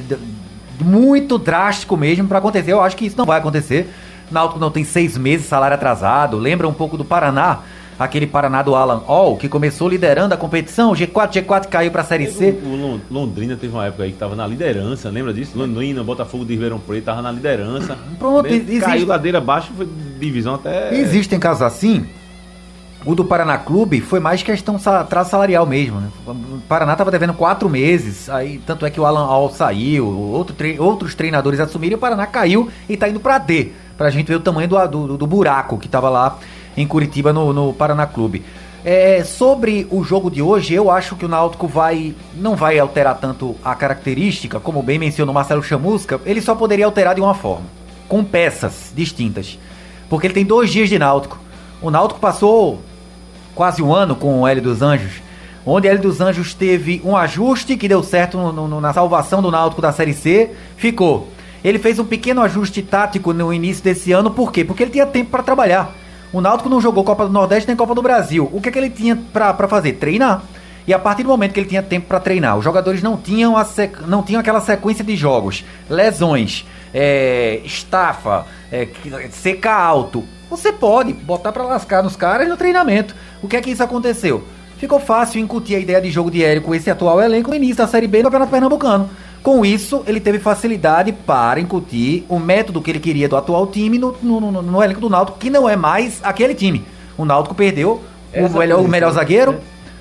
Speaker 5: muito drástico mesmo para acontecer. Eu acho que isso não vai acontecer. O Náutico não tem 6 meses, salário atrasado. Lembra um pouco do Paraná. Aquele Paraná do Alan Hall, que começou liderando a competição, G4 caiu pra Série C.
Speaker 3: O Londrina teve uma época aí que tava na liderança, lembra disso? Londrina, Botafogo de Ribeirão Preto, tava na liderança.
Speaker 5: Pronto,
Speaker 3: caiu ladeira abaixo, foi divisão até...
Speaker 5: Existem casos assim. O do Paraná Clube foi mais questão atraso salarial mesmo, né? O Paraná tava devendo 4 meses, aí tanto é que o Alan Hall saiu, outros treinadores assumiram e o Paraná caiu e tá indo pra D, pra gente ver o tamanho do buraco que tava lá em Curitiba, no Paraná Clube. Sobre o jogo de hoje, eu acho que o Náutico não vai alterar tanto a característica, como bem mencionou Marcelo Chamusca. Ele só poderia alterar de uma forma, com peças distintas, porque ele tem 2 dias de Náutico. O Náutico passou quase um ano com o Hélio dos Anjos, onde Hélio dos Anjos teve um ajuste que deu certo na salvação do Náutico da Série C, ficou. Ele fez um pequeno ajuste tático no início desse ano, por quê? Porque ele tinha tempo para trabalhar. O Náutico não jogou Copa do Nordeste nem Copa do Brasil. O que é que ele tinha pra fazer? Treinar. E a partir do momento que ele tinha tempo pra treinar, os jogadores não tinham aquela sequência de jogos, lesões, estafa, secar alto. Você pode botar pra lascar nos caras no treinamento. O que é que isso aconteceu? Ficou fácil incutir a ideia de jogo de Hélio com esse atual elenco no início da Série B do Campeonato Pernambucano. Com isso, ele teve facilidade para incutir o método que ele queria do atual time no elenco do Náutico, que não é mais aquele time. O Náutico perdeu o melhor zagueiro,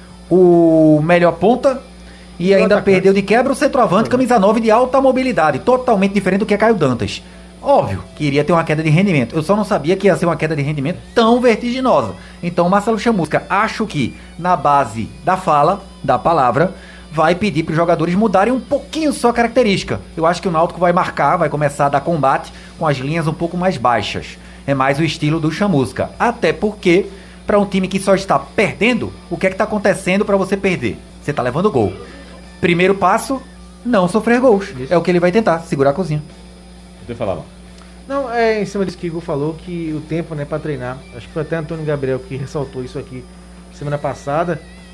Speaker 5: o melhor ponta e ainda perdeu de quebra o centroavante, camisa 9 de alta mobilidade, totalmente diferente do que é Caio Dantas. Óbvio que iria ter uma queda de rendimento. Eu só não sabia que ia ser uma queda de rendimento tão vertiginosa. Então, Marcelo Chamusca, acho que na base da fala, da palavra, vai pedir para os jogadores mudarem um pouquinho sua característica. Eu acho que o Náutico vai começar a dar combate com as linhas um pouco mais baixas. É mais o estilo do Chamusca. Até porque, para um time que só está perdendo, o que é que está acontecendo para você perder? Você está levando gol. Primeiro passo, não sofrer gols. Isso. É o que ele vai tentar, segurar a cozinha.
Speaker 3: Você falava?
Speaker 4: Não, em cima disso que o Igor falou, que o tempo, né, para treinar. Acho que foi até Antônio Gabriel que ressaltou isso aqui semana passada,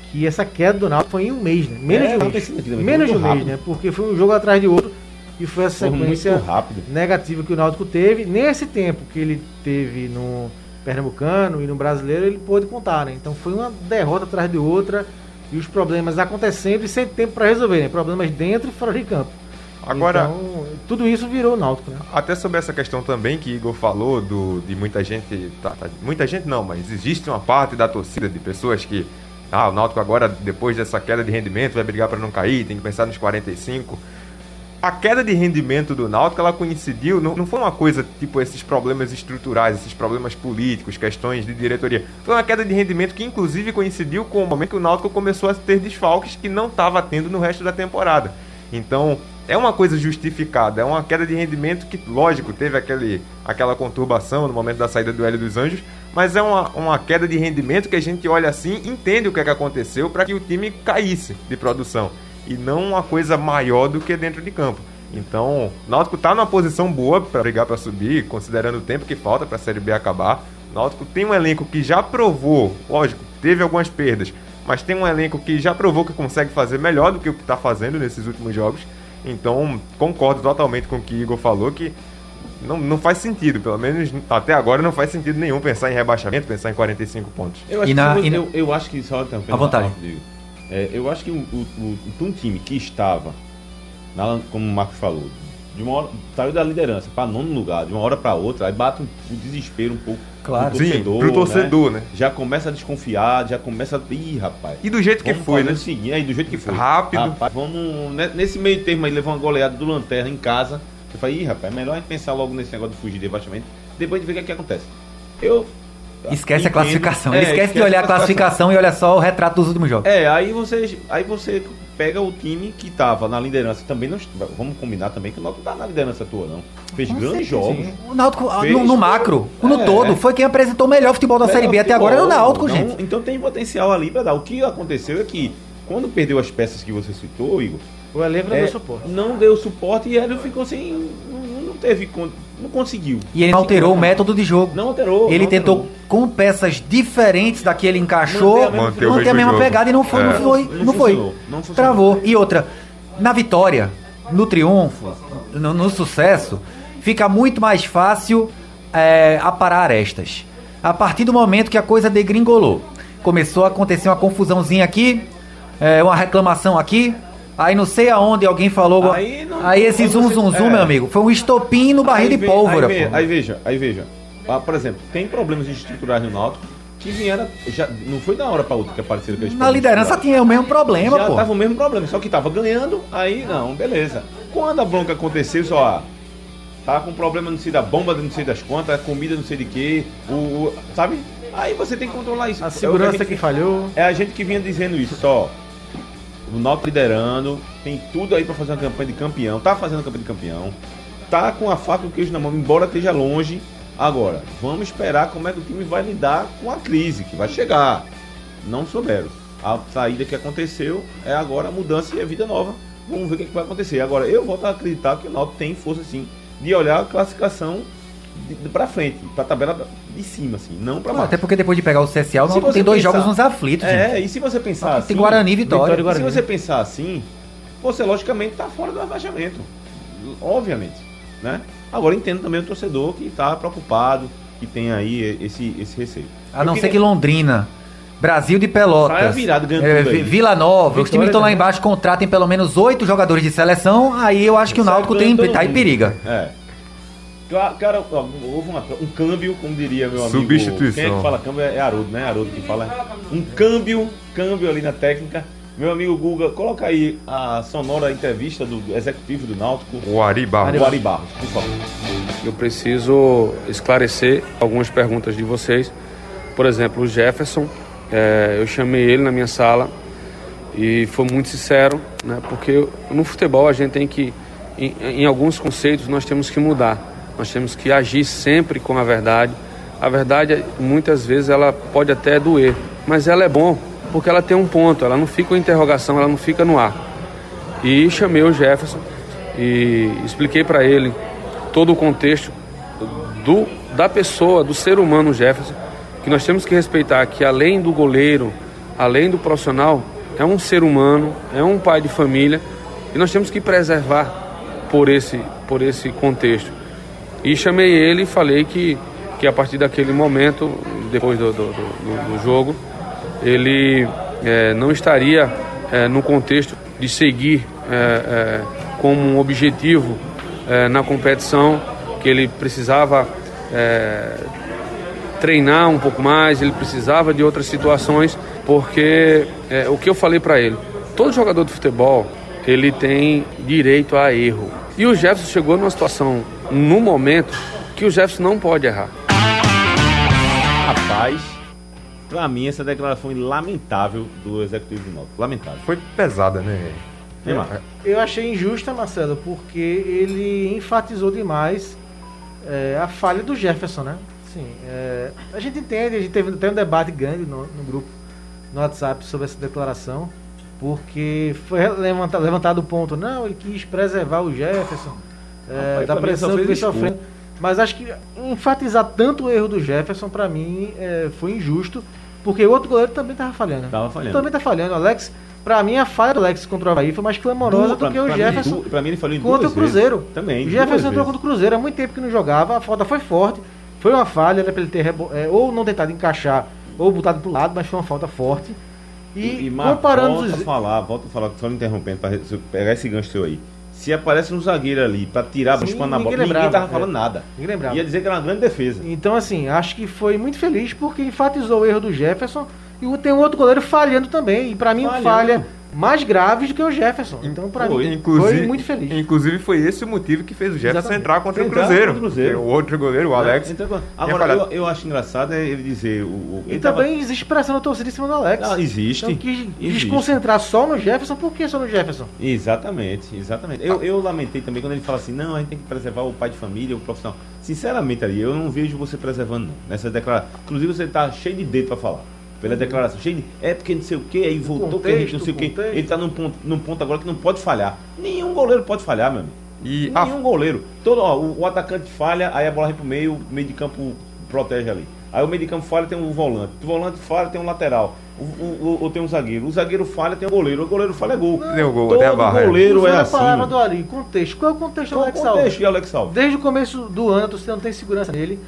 Speaker 4: que essa queda do Náutico foi em um mês, né? Menos de um mês.
Speaker 3: Menos
Speaker 4: Menos de um mês, né? Porque foi um jogo atrás de outro e foi essa sequência
Speaker 3: muito rápido.
Speaker 4: negativa que o Náutico teve. Nesse tempo que ele teve no Pernambucano e no Brasileiro, ele pôde contar, né? Então foi uma derrota atrás de outra e os problemas acontecendo e sem tempo para resolver, né? Problemas dentro e fora de campo.
Speaker 6: Agora,
Speaker 4: então, tudo isso virou o Náutico, né?
Speaker 6: Até sobre essa questão também que Igor falou de muita gente, muita gente não, mas existe uma parte da torcida de pessoas que o Náutico agora, depois dessa queda de rendimento, vai brigar para não cair, tem que pensar nos 45. A queda de rendimento do Náutico, ela coincidiu, não foi uma coisa tipo esses problemas estruturais, esses problemas políticos, questões de diretoria. Foi uma queda de rendimento que inclusive coincidiu com o momento que o Náutico começou a ter desfalques que não estava tendo no resto da temporada. Então, é uma coisa justificada, é uma queda de rendimento que, lógico, teve aquela conturbação no momento da saída do Hélio dos Anjos, mas é uma queda de rendimento que a gente olha assim, entende o que aconteceu para que o time caísse de produção, e não uma coisa maior do que dentro de campo. Então, o Náutico está numa posição boa para brigar para subir, considerando o tempo que falta para a Série B acabar. O Náutico tem um elenco que já provou, lógico, teve algumas perdas, mas tem um elenco que já provou que consegue fazer melhor do que o que está fazendo nesses últimos jogos. Então, concordo totalmente com o que o Igor falou, que não faz sentido, pelo menos até agora não faz sentido nenhum pensar em rebaixamento, pensar em 45 pontos.
Speaker 3: Eu acho que só também.
Speaker 5: À vontade.
Speaker 3: Eu acho que um time que estava, como o Marcos falou, de uma hora, saiu da liderança para nono lugar, de uma hora para outra, aí bate um desespero um pouco.
Speaker 5: Claro.
Speaker 6: Pro torcedor, né?
Speaker 3: Já começa a desconfiar, já começa a... Ih, rapaz.
Speaker 6: E do jeito que foi, né?
Speaker 3: Seguinte, do jeito que foi.
Speaker 6: Rápido.
Speaker 3: Rapaz, vamos... Nesse meio termo aí, levar uma goleada do Lanterna em casa. Você fala, ih, rapaz, é melhor a gente pensar logo nesse negócio de fugir de rebaixamento. Depois de ver o que acontece.
Speaker 5: Esquece a classificação. Ele esquece de olhar a classificação e olha só o retrato dos últimos jogos.
Speaker 3: Aí você pega o time que tava na liderança também. Vamos combinar também que o Náutico não tá na liderança tua, não. Fez grandes jogos.
Speaker 5: Sim. O Náutico, no macro, no todo, foi quem apresentou o melhor futebol da Série B até agora, era o Náutico, gente.
Speaker 3: Então tem potencial ali pra dar. O que aconteceu é que, quando perdeu as peças que você citou, Igor,
Speaker 4: o elenco não deu suporte.
Speaker 3: Não deu suporte e ele ficou sem... Não conseguiu.
Speaker 5: E ele não alterou o método de jogo.
Speaker 3: Não alterou.
Speaker 5: Ele tentou, com peças diferentes da que ele encaixou, manter a mesma pegada e não foi. Não foi. Travou. E outra, na vitória, no triunfo, no sucesso, fica muito mais fácil aparar arestas. A partir do momento que a coisa degringolou, começou a acontecer uma confusãozinha aqui, uma reclamação aqui, aí não sei aonde alguém falou. Aí esse zum, meu amigo, foi um estopim no barril de pólvora.
Speaker 3: Aí veja. Por exemplo, tem problemas estruturais no Náutico que vieram. Não foi da hora pra outra que apareceram aqueles
Speaker 5: Na liderança tinha o mesmo problema,
Speaker 3: já tava o mesmo problema, só que tava ganhando, aí não, beleza. Quando a bronca aconteceu, tá com problema não sei da bomba, não sei das quantas, comida não sei de que, sabe? Aí você tem que controlar isso.
Speaker 4: A segurança que falhou.
Speaker 3: É a gente que vinha dizendo isso, o Náutico liderando, tem tudo aí pra fazer uma campanha de campeão, tá fazendo uma campanha de campeão, tá com a faca e o queijo na mão, embora esteja longe. Agora, vamos esperar como é que o time vai lidar com a crise que vai chegar. Não souberam. A saída que aconteceu é agora a mudança e a vida nova. Vamos ver o que vai acontecer. Agora, eu volto a acreditar que o Náutico tem força sim de olhar a classificação pra frente, pra tabela de cima, assim, não pra baixo.
Speaker 5: Até porque depois de pegar o CSA, o Náutico tem 2 jogos nos aflitos.
Speaker 3: Gente. E se você pensar assim...
Speaker 5: Tem Guarani e Vitória.
Speaker 3: Se você pensar assim, você logicamente tá fora do rebaixamento. Obviamente, né? Agora entendo também o torcedor que tá preocupado, que tem aí esse receio.
Speaker 5: A não ser que Londrina, Brasil de Pelotas, Vila Nova, os times que estão lá embaixo contratem pelo menos 8 jogadores de seleção, aí eu acho que o Náutico tá em periga.
Speaker 3: Cara, houve um câmbio, como diria meu amigo.
Speaker 6: Substituição.
Speaker 3: Quem é que fala câmbio? É Haroldo, né? Haroldo que fala. Um câmbio ali na técnica. Meu amigo Guga, coloca aí a sonora entrevista do executivo do Náutico,
Speaker 6: o Ari Barros,
Speaker 3: por favor.
Speaker 8: Eu preciso esclarecer algumas perguntas de vocês. Por exemplo, o Jefferson, eu chamei ele na minha sala e foi muito sincero, né? Porque no futebol a gente tem que, em alguns conceitos, nós temos que mudar. Nós temos que agir sempre com a verdade. A verdade, muitas vezes, ela pode até doer, mas ela é bom, porque ela tem um ponto, ela não fica uma interrogação, ela não fica no ar. E chamei o Jefferson e expliquei para ele todo o contexto da pessoa, do ser humano Jefferson, que nós temos que respeitar que além do goleiro, além do profissional, é um ser humano, é um pai de família, e nós temos que preservar por esse contexto. E chamei ele e falei que a partir daquele momento, depois do jogo, ele não estaria no contexto de seguir como um objetivo na competição, que ele precisava treinar um pouco mais, ele precisava de outras situações, porque o que eu falei para ele, todo jogador de futebol, ele tem direito a erro. E o Jefferson chegou numa situação, no momento, que o Jefferson não pode errar.
Speaker 3: Rapaz, pra mim essa declaração foi lamentável do executivo do Náutico. Lamentável.
Speaker 6: Foi pesada, né?
Speaker 4: Eu achei injusta, Marcelo, porque ele enfatizou demais a falha do Jefferson, né? Assim, a gente entende, a gente teve até um debate grande no grupo, no WhatsApp, sobre essa declaração, porque foi levantado o ponto, não, ele quis preservar o Jefferson da pressão que vem sofrendo. Mas acho que enfatizar tanto o erro do Jefferson, pra mim, foi injusto, porque o outro goleiro também estava falhando. Também tá falhando. Alex, pra mim, a falha do Alex contra o Avaí foi mais clamorosa do que o Jefferson
Speaker 3: pra mim, ele falou em
Speaker 4: contra o Cruzeiro.
Speaker 3: Também.
Speaker 4: O Jefferson entrou contra o Cruzeiro, há muito tempo que não jogava, a falta foi forte, foi uma falha, né, pra ele ter ou não tentado encaixar, ou botado pro lado, mas foi uma falta forte. E comparando
Speaker 3: volta a falar, só me interrompendo, para pegar esse gancho seu aí. Se aparece um zagueiro ali pra tirar, buscando na bola, ninguém tava falando nada.
Speaker 4: Ninguém lembrava.
Speaker 3: Ia dizer que era uma grande defesa.
Speaker 4: Então, assim, acho que foi muito feliz porque enfatizou o erro do Jefferson e tem um outro goleiro falhando também. E pra mim, falha mais grave do que o Jefferson. Então, pra mim, foi muito feliz.
Speaker 6: Inclusive, foi esse o motivo que fez o Jefferson entrar contra o Cruzeiro. O outro goleiro, o Alex.
Speaker 3: Agora, eu acho engraçado ele dizer...
Speaker 4: E também existe pressão na torcida em cima do Alex.
Speaker 3: Não, existe.
Speaker 4: Então, quis concentrar só no Jefferson. Por que só no Jefferson?
Speaker 3: Exatamente. Eu lamentei também quando ele fala assim, não, a gente tem que preservar o pai de família, o profissional. Sinceramente, ali, eu não vejo você preservando, não. Nessa declaração. Inclusive, você tá cheio de dedo pra falar. Pela declaração, cheio de... porque não sei o que, aí voltou, que a gente não sei o que. Ele tá num ponto agora que não pode falhar. Nenhum goleiro pode falhar, meu amigo. Nenhum goleiro. O atacante falha, aí a bola vem pro meio, o meio de campo protege ali. Aí o meio de campo falha, tem um volante. O volante falha, tem um lateral. Ou tem um zagueiro. O zagueiro falha, tem um goleiro. O goleiro falha, é gol.
Speaker 6: Tem o gol, tem a barra.
Speaker 3: Todo goleiro é assim.
Speaker 4: A palavra do Ali, contexto. Qual é o contexto do Alex Alves?
Speaker 3: Contexto de Alex Alves.
Speaker 4: Desde o começo do ano, você não tem segurança nele.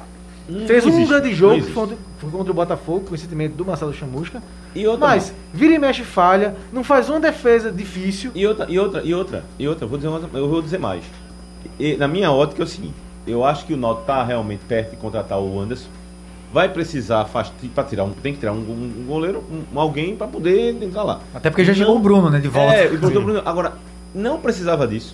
Speaker 4: Fez um grande jogo, que foi contra o Botafogo, com o conhecimento do Marcelo Chamusca. Mas vira e mexe falha, não faz uma defesa difícil.
Speaker 3: E outra, eu vou dizer mais. Na minha ótica é o seguinte, eu acho que o Náutico está realmente perto de contratar o Anderson. Vai precisar para tirar tem que tirar um goleiro, alguém para poder entrar lá.
Speaker 5: Até porque já chegou o Bruno, né, de volta.
Speaker 3: O Bruno. Agora, não precisava disso.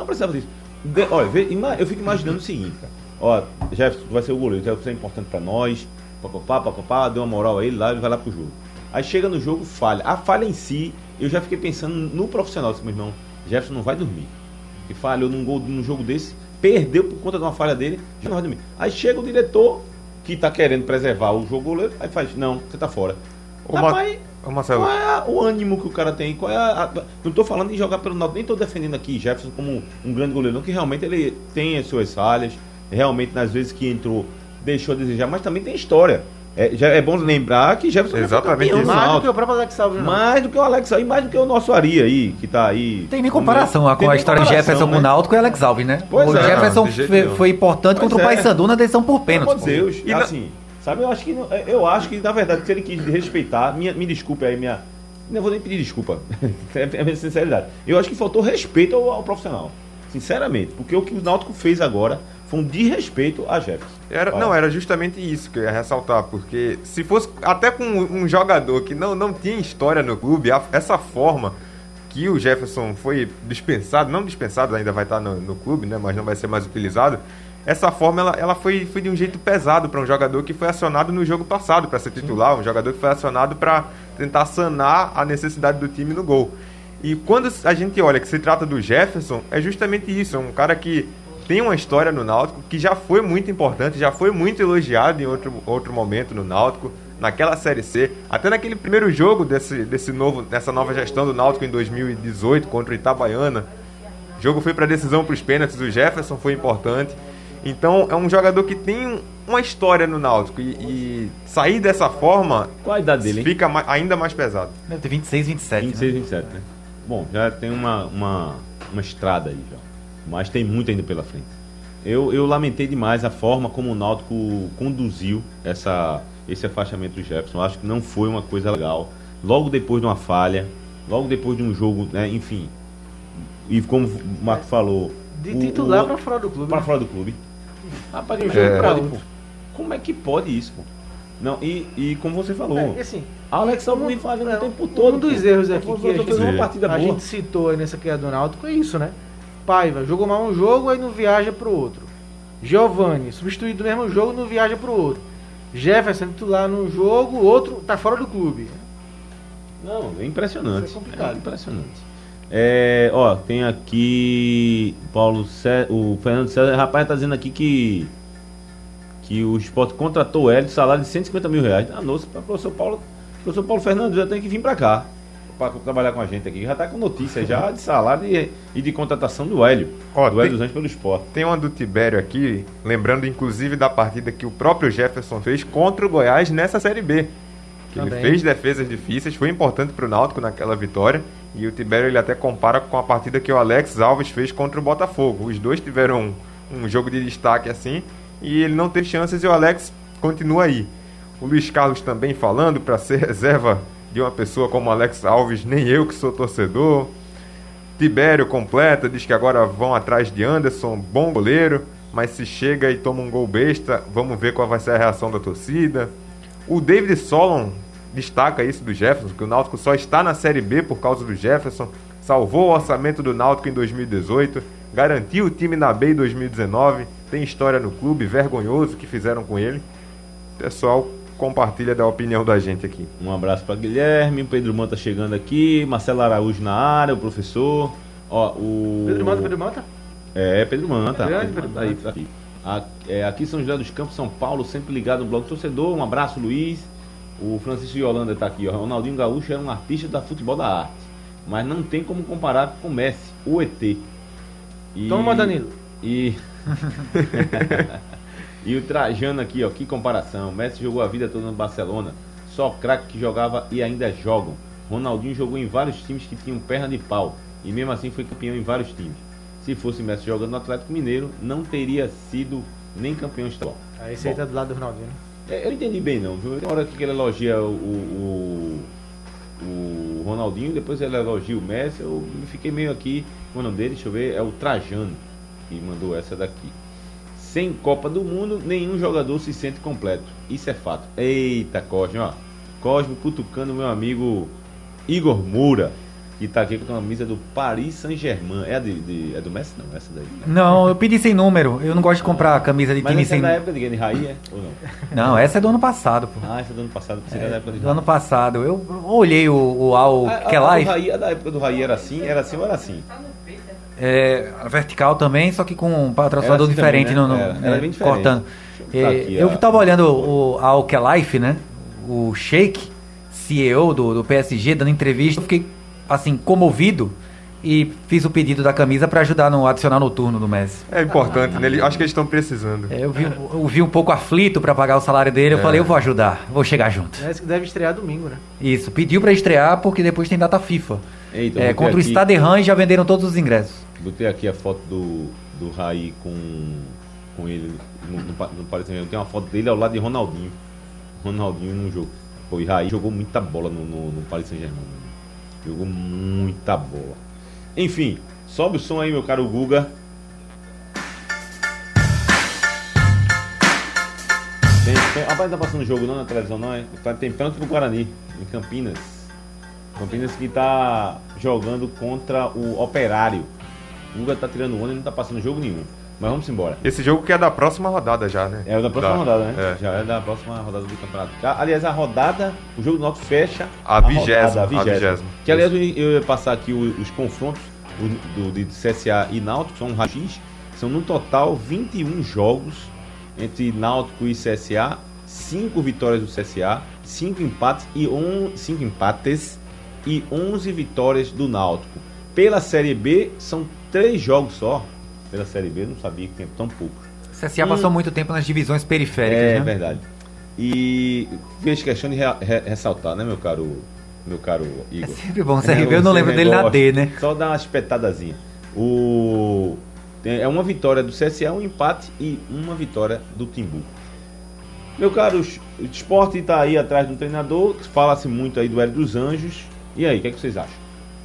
Speaker 3: Olha, eu fico imaginando o seguinte, cara. Ó, Jefferson vai ser o goleiro, Jefferson é importante pra nós, papapá, deu uma moral a ele lá, ele vai lá pro jogo. Aí chega no jogo, falha. A falha em si, eu já fiquei pensando no profissional, disse, meu irmão, Jefferson não vai dormir. Que falhou num jogo desse, perdeu por conta de uma falha dele, já não vai dormir. Aí chega o diretor, que tá querendo preservar o jogo goleiro, aí faz, não, você tá fora. Rapaz,
Speaker 6: Marcelo,
Speaker 3: qual é o ânimo que o cara tem? Não tô falando de jogar pelo Náutico, nem tô defendendo aqui Jefferson como um grande goleiro, não, que realmente ele tem as suas falhas. Realmente, nas vezes que entrou, deixou a desejar, mas também tem história. É bom lembrar que Jefferson
Speaker 6: exatamente isso.
Speaker 4: Mais do que o próprio Alex Alves.
Speaker 3: Mais do que o Alex Alves e mais do que o nosso Ari aí, que tá aí.
Speaker 5: Tem nem comparação com a história de Jefferson com o Náutico e Alex Alves, né?
Speaker 3: O
Speaker 5: Jefferson foi importante contra o Paysandu na decisão por pênalti.
Speaker 3: Meu Deus, assim, sabe, eu acho que na verdade, se ele quis respeitar, me desculpe aí, não vou nem pedir desculpa, é a minha sinceridade. Eu acho que faltou respeito ao profissional, sinceramente, porque o que o Náutico fez agora foi um desrespeito a Jefferson.
Speaker 6: Era justamente isso que eu ia ressaltar, porque se fosse até com um jogador que não tinha história no clube, essa forma que o Jefferson foi dispensado, não dispensado, ainda vai estar no clube, né, mas não vai ser mais utilizado, essa forma ela foi de um jeito pesado para um jogador que foi acionado no jogo passado para ser titular, um jogador que foi acionado para tentar sanar a necessidade do time no gol. E quando a gente olha que se trata do Jefferson, é justamente isso, é um cara que tem uma história no Náutico que já foi muito importante, já foi muito elogiado em outro momento no Náutico, naquela Série C, até naquele primeiro jogo dessa nova gestão do Náutico em 2018 contra o Itabaiana. O jogo foi para decisão para os pênaltis, o Jefferson foi importante. Então é um jogador que tem uma história no Náutico e sair dessa forma...
Speaker 3: Qual a idade dele, hein?
Speaker 6: Fica ainda mais pesado.
Speaker 5: Deve ter 26, 27.
Speaker 3: 26, 27, né? Bom, já tem uma estrada aí já. Mas tem muito ainda pela frente. Eu lamentei demais a forma como o Náutico conduziu esse afastamento do Jefferson. Acho que não foi uma coisa legal. Logo depois de uma falha, logo depois de um jogo, né? Enfim. E como o Marco falou...
Speaker 4: De titular para fora do clube.
Speaker 3: Para fora do clube. Rapaz, um jogo pra outro. Como é que pode isso, pô? Não, e como você falou,
Speaker 4: assim,
Speaker 3: Alex Alves vem fazendo o tempo todo.
Speaker 4: Um dos erros aqui que
Speaker 3: a
Speaker 4: gente citou aí nessa queda do Náutico é isso, né? Paiva jogou mal um jogo, aí não viaja pro outro. Giovani, substituído no mesmo jogo, não viaja pro outro. Jefferson titular num jogo, o outro tá fora do clube.
Speaker 3: Não, é impressionante.
Speaker 4: Isso é complicado.
Speaker 3: Impressionante. Tem aqui o Fernando César, rapaz, tá dizendo aqui que o Sport contratou o Hélio de salário de 150 mil reais. Nossa, para o professor Paulo Fernandes já tem que vir para cá para trabalhar com a gente aqui. Já tá com notícia já de salário e de contratação do Hélio. Do Hélio dos Anjos pelo Sport.
Speaker 6: Tem uma do Tibério aqui, lembrando inclusive da partida que o próprio Jefferson fez contra o Goiás nessa Série B. Ele fez defesas difíceis, foi importante para o Náutico naquela vitória. E o Tibério ele até compara com a partida que o Alex Alves fez contra o Botafogo. Os dois tiveram um jogo de destaque assim, e ele não teve chances e o Alex continua aí. O Luiz Carlos também falando, para ser reserva de uma pessoa como Alex Alves, nem eu que sou torcedor. Tibério completa, diz que agora vão atrás de Anderson, bom goleiro, mas se chega e toma um gol besta, vamos ver qual vai ser a reação da torcida. O David Solon destaca isso do Jefferson, que o Náutico só está na Série B por causa do Jefferson, salvou o orçamento do Náutico em 2018, garantiu o time na B em 2019, tem história no clube, vergonhoso o que fizeram com ele. O pessoal compartilha da opinião da gente aqui.
Speaker 3: Um abraço para Guilherme, o Pedro Manta chegando aqui, Marcelo Araújo na área, o professor.
Speaker 4: Pedro Manta?
Speaker 3: Pedro Manta.
Speaker 4: Grande Pedro Manta.
Speaker 3: Aí, aqui. Aqui São José dos Campos, São Paulo, sempre ligado no Blog Torcedor. Um abraço, Luiz. O Francisco Yolanda está aqui, ó. Ronaldinho Gaúcho era um artista da futebol da arte, mas não tem como comparar com o Messi, o ET.
Speaker 4: Toma, Danilo.
Speaker 3: E o Trajano aqui, ó, que comparação. Messi jogou a vida toda no Barcelona, só craque que jogava e ainda jogam. Ronaldinho jogou em vários times que tinham perna de pau e mesmo assim foi campeão em vários times. Se fosse Messi jogando no Atlético Mineiro, não teria sido nem campeão estadual.
Speaker 4: Aí você tá do lado do Ronaldinho, né?
Speaker 3: Eu não entendi bem não, viu? Tem hora que ele elogia o Ronaldinho, depois ele elogia o Messi. Eu fiquei meio aqui, o nome dele, deixa eu ver, é o Trajano que mandou essa daqui. Sem Copa do Mundo, nenhum jogador se sente completo. Isso é fato. Eita, Cosme, ó. Cosme cutucando meu amigo Igor Moura, que tá aqui com a camisa do Paris Saint-Germain. É do Messi? Não, essa daí.
Speaker 5: Não, eu pedi sem número. Eu não gosto de comprar camisa de time sem...
Speaker 3: Mas essa é da época de Raí, ou não?
Speaker 5: Não, essa é do ano passado, pô.
Speaker 3: Essa é do ano passado. Da época
Speaker 5: do ano passado. Eu olhei o Al-Khelaifi.
Speaker 3: A da época do Raí era assim ou era assim?
Speaker 5: A vertical também, só que com um patrocinador assim diferente, também, né?
Speaker 3: Era bem diferente.
Speaker 5: Cortando. Eu tava olhando o Al-Khelaifi, né? O Sheik, CEO do PSG, dando entrevista. Eu fiquei assim, comovido e fiz o pedido da camisa para ajudar no adicional noturno do Messi.
Speaker 6: É importante, né? Acho que eles estão precisando.
Speaker 5: Eu vi um pouco aflito para pagar o salário dele, eu falei, eu vou ajudar, vou chegar junto.
Speaker 4: Messi que deve estrear domingo, né?
Speaker 5: Isso, pediu para estrear porque depois tem data FIFA.
Speaker 3: Eita,
Speaker 5: contra o Stade Rennes já venderam todos os ingressos.
Speaker 3: Botei aqui a foto do Raí com ele no Paris Saint-Germain. Tem uma foto dele ao lado de Ronaldinho. Ronaldinho no jogo. Pô, e Raí jogou muita bola no Paris Saint-Germain. Jogou muita bola. Enfim, sobe o som aí, meu caro Guga. Rapaz, não tá passando jogo não na televisão, não é? Tem pênalti pro Guarani, em Campinas. Campinas que tá jogando contra o Operário. O Guga tá tirando onda e não tá passando jogo nenhum. Mas vamos embora.
Speaker 6: Esse jogo que é da próxima rodada já, né?
Speaker 3: É da próxima rodada, né? Já é da próxima rodada do campeonato. Aliás, a rodada, o jogo do Náutico fecha
Speaker 6: a 20ª.
Speaker 3: Que aliás, eu ia passar aqui os confrontos de CSA e Náutico, são um rachis. São no total 21 jogos entre Náutico e CSA, 5 vitórias do CSA, 5 empates e 11 vitórias do Náutico. Pela Série B, são 3 jogos só. Pela Série B, eu não sabia que tem tão poucos.
Speaker 5: O CSA passou muito tempo nas divisões periféricas, né?
Speaker 3: É verdade. E fez questão de ressaltar, né, meu caro Igor?
Speaker 5: É sempre bom, o CRB eu não lembro dele na D, né?
Speaker 3: Só dar uma espetadazinha. É uma vitória do CSA, um empate e uma vitória do Timbu. Meu caro, o Sport está aí atrás do treinador, fala-se muito aí do Hélio dos Anjos. E aí, o que é que vocês acham?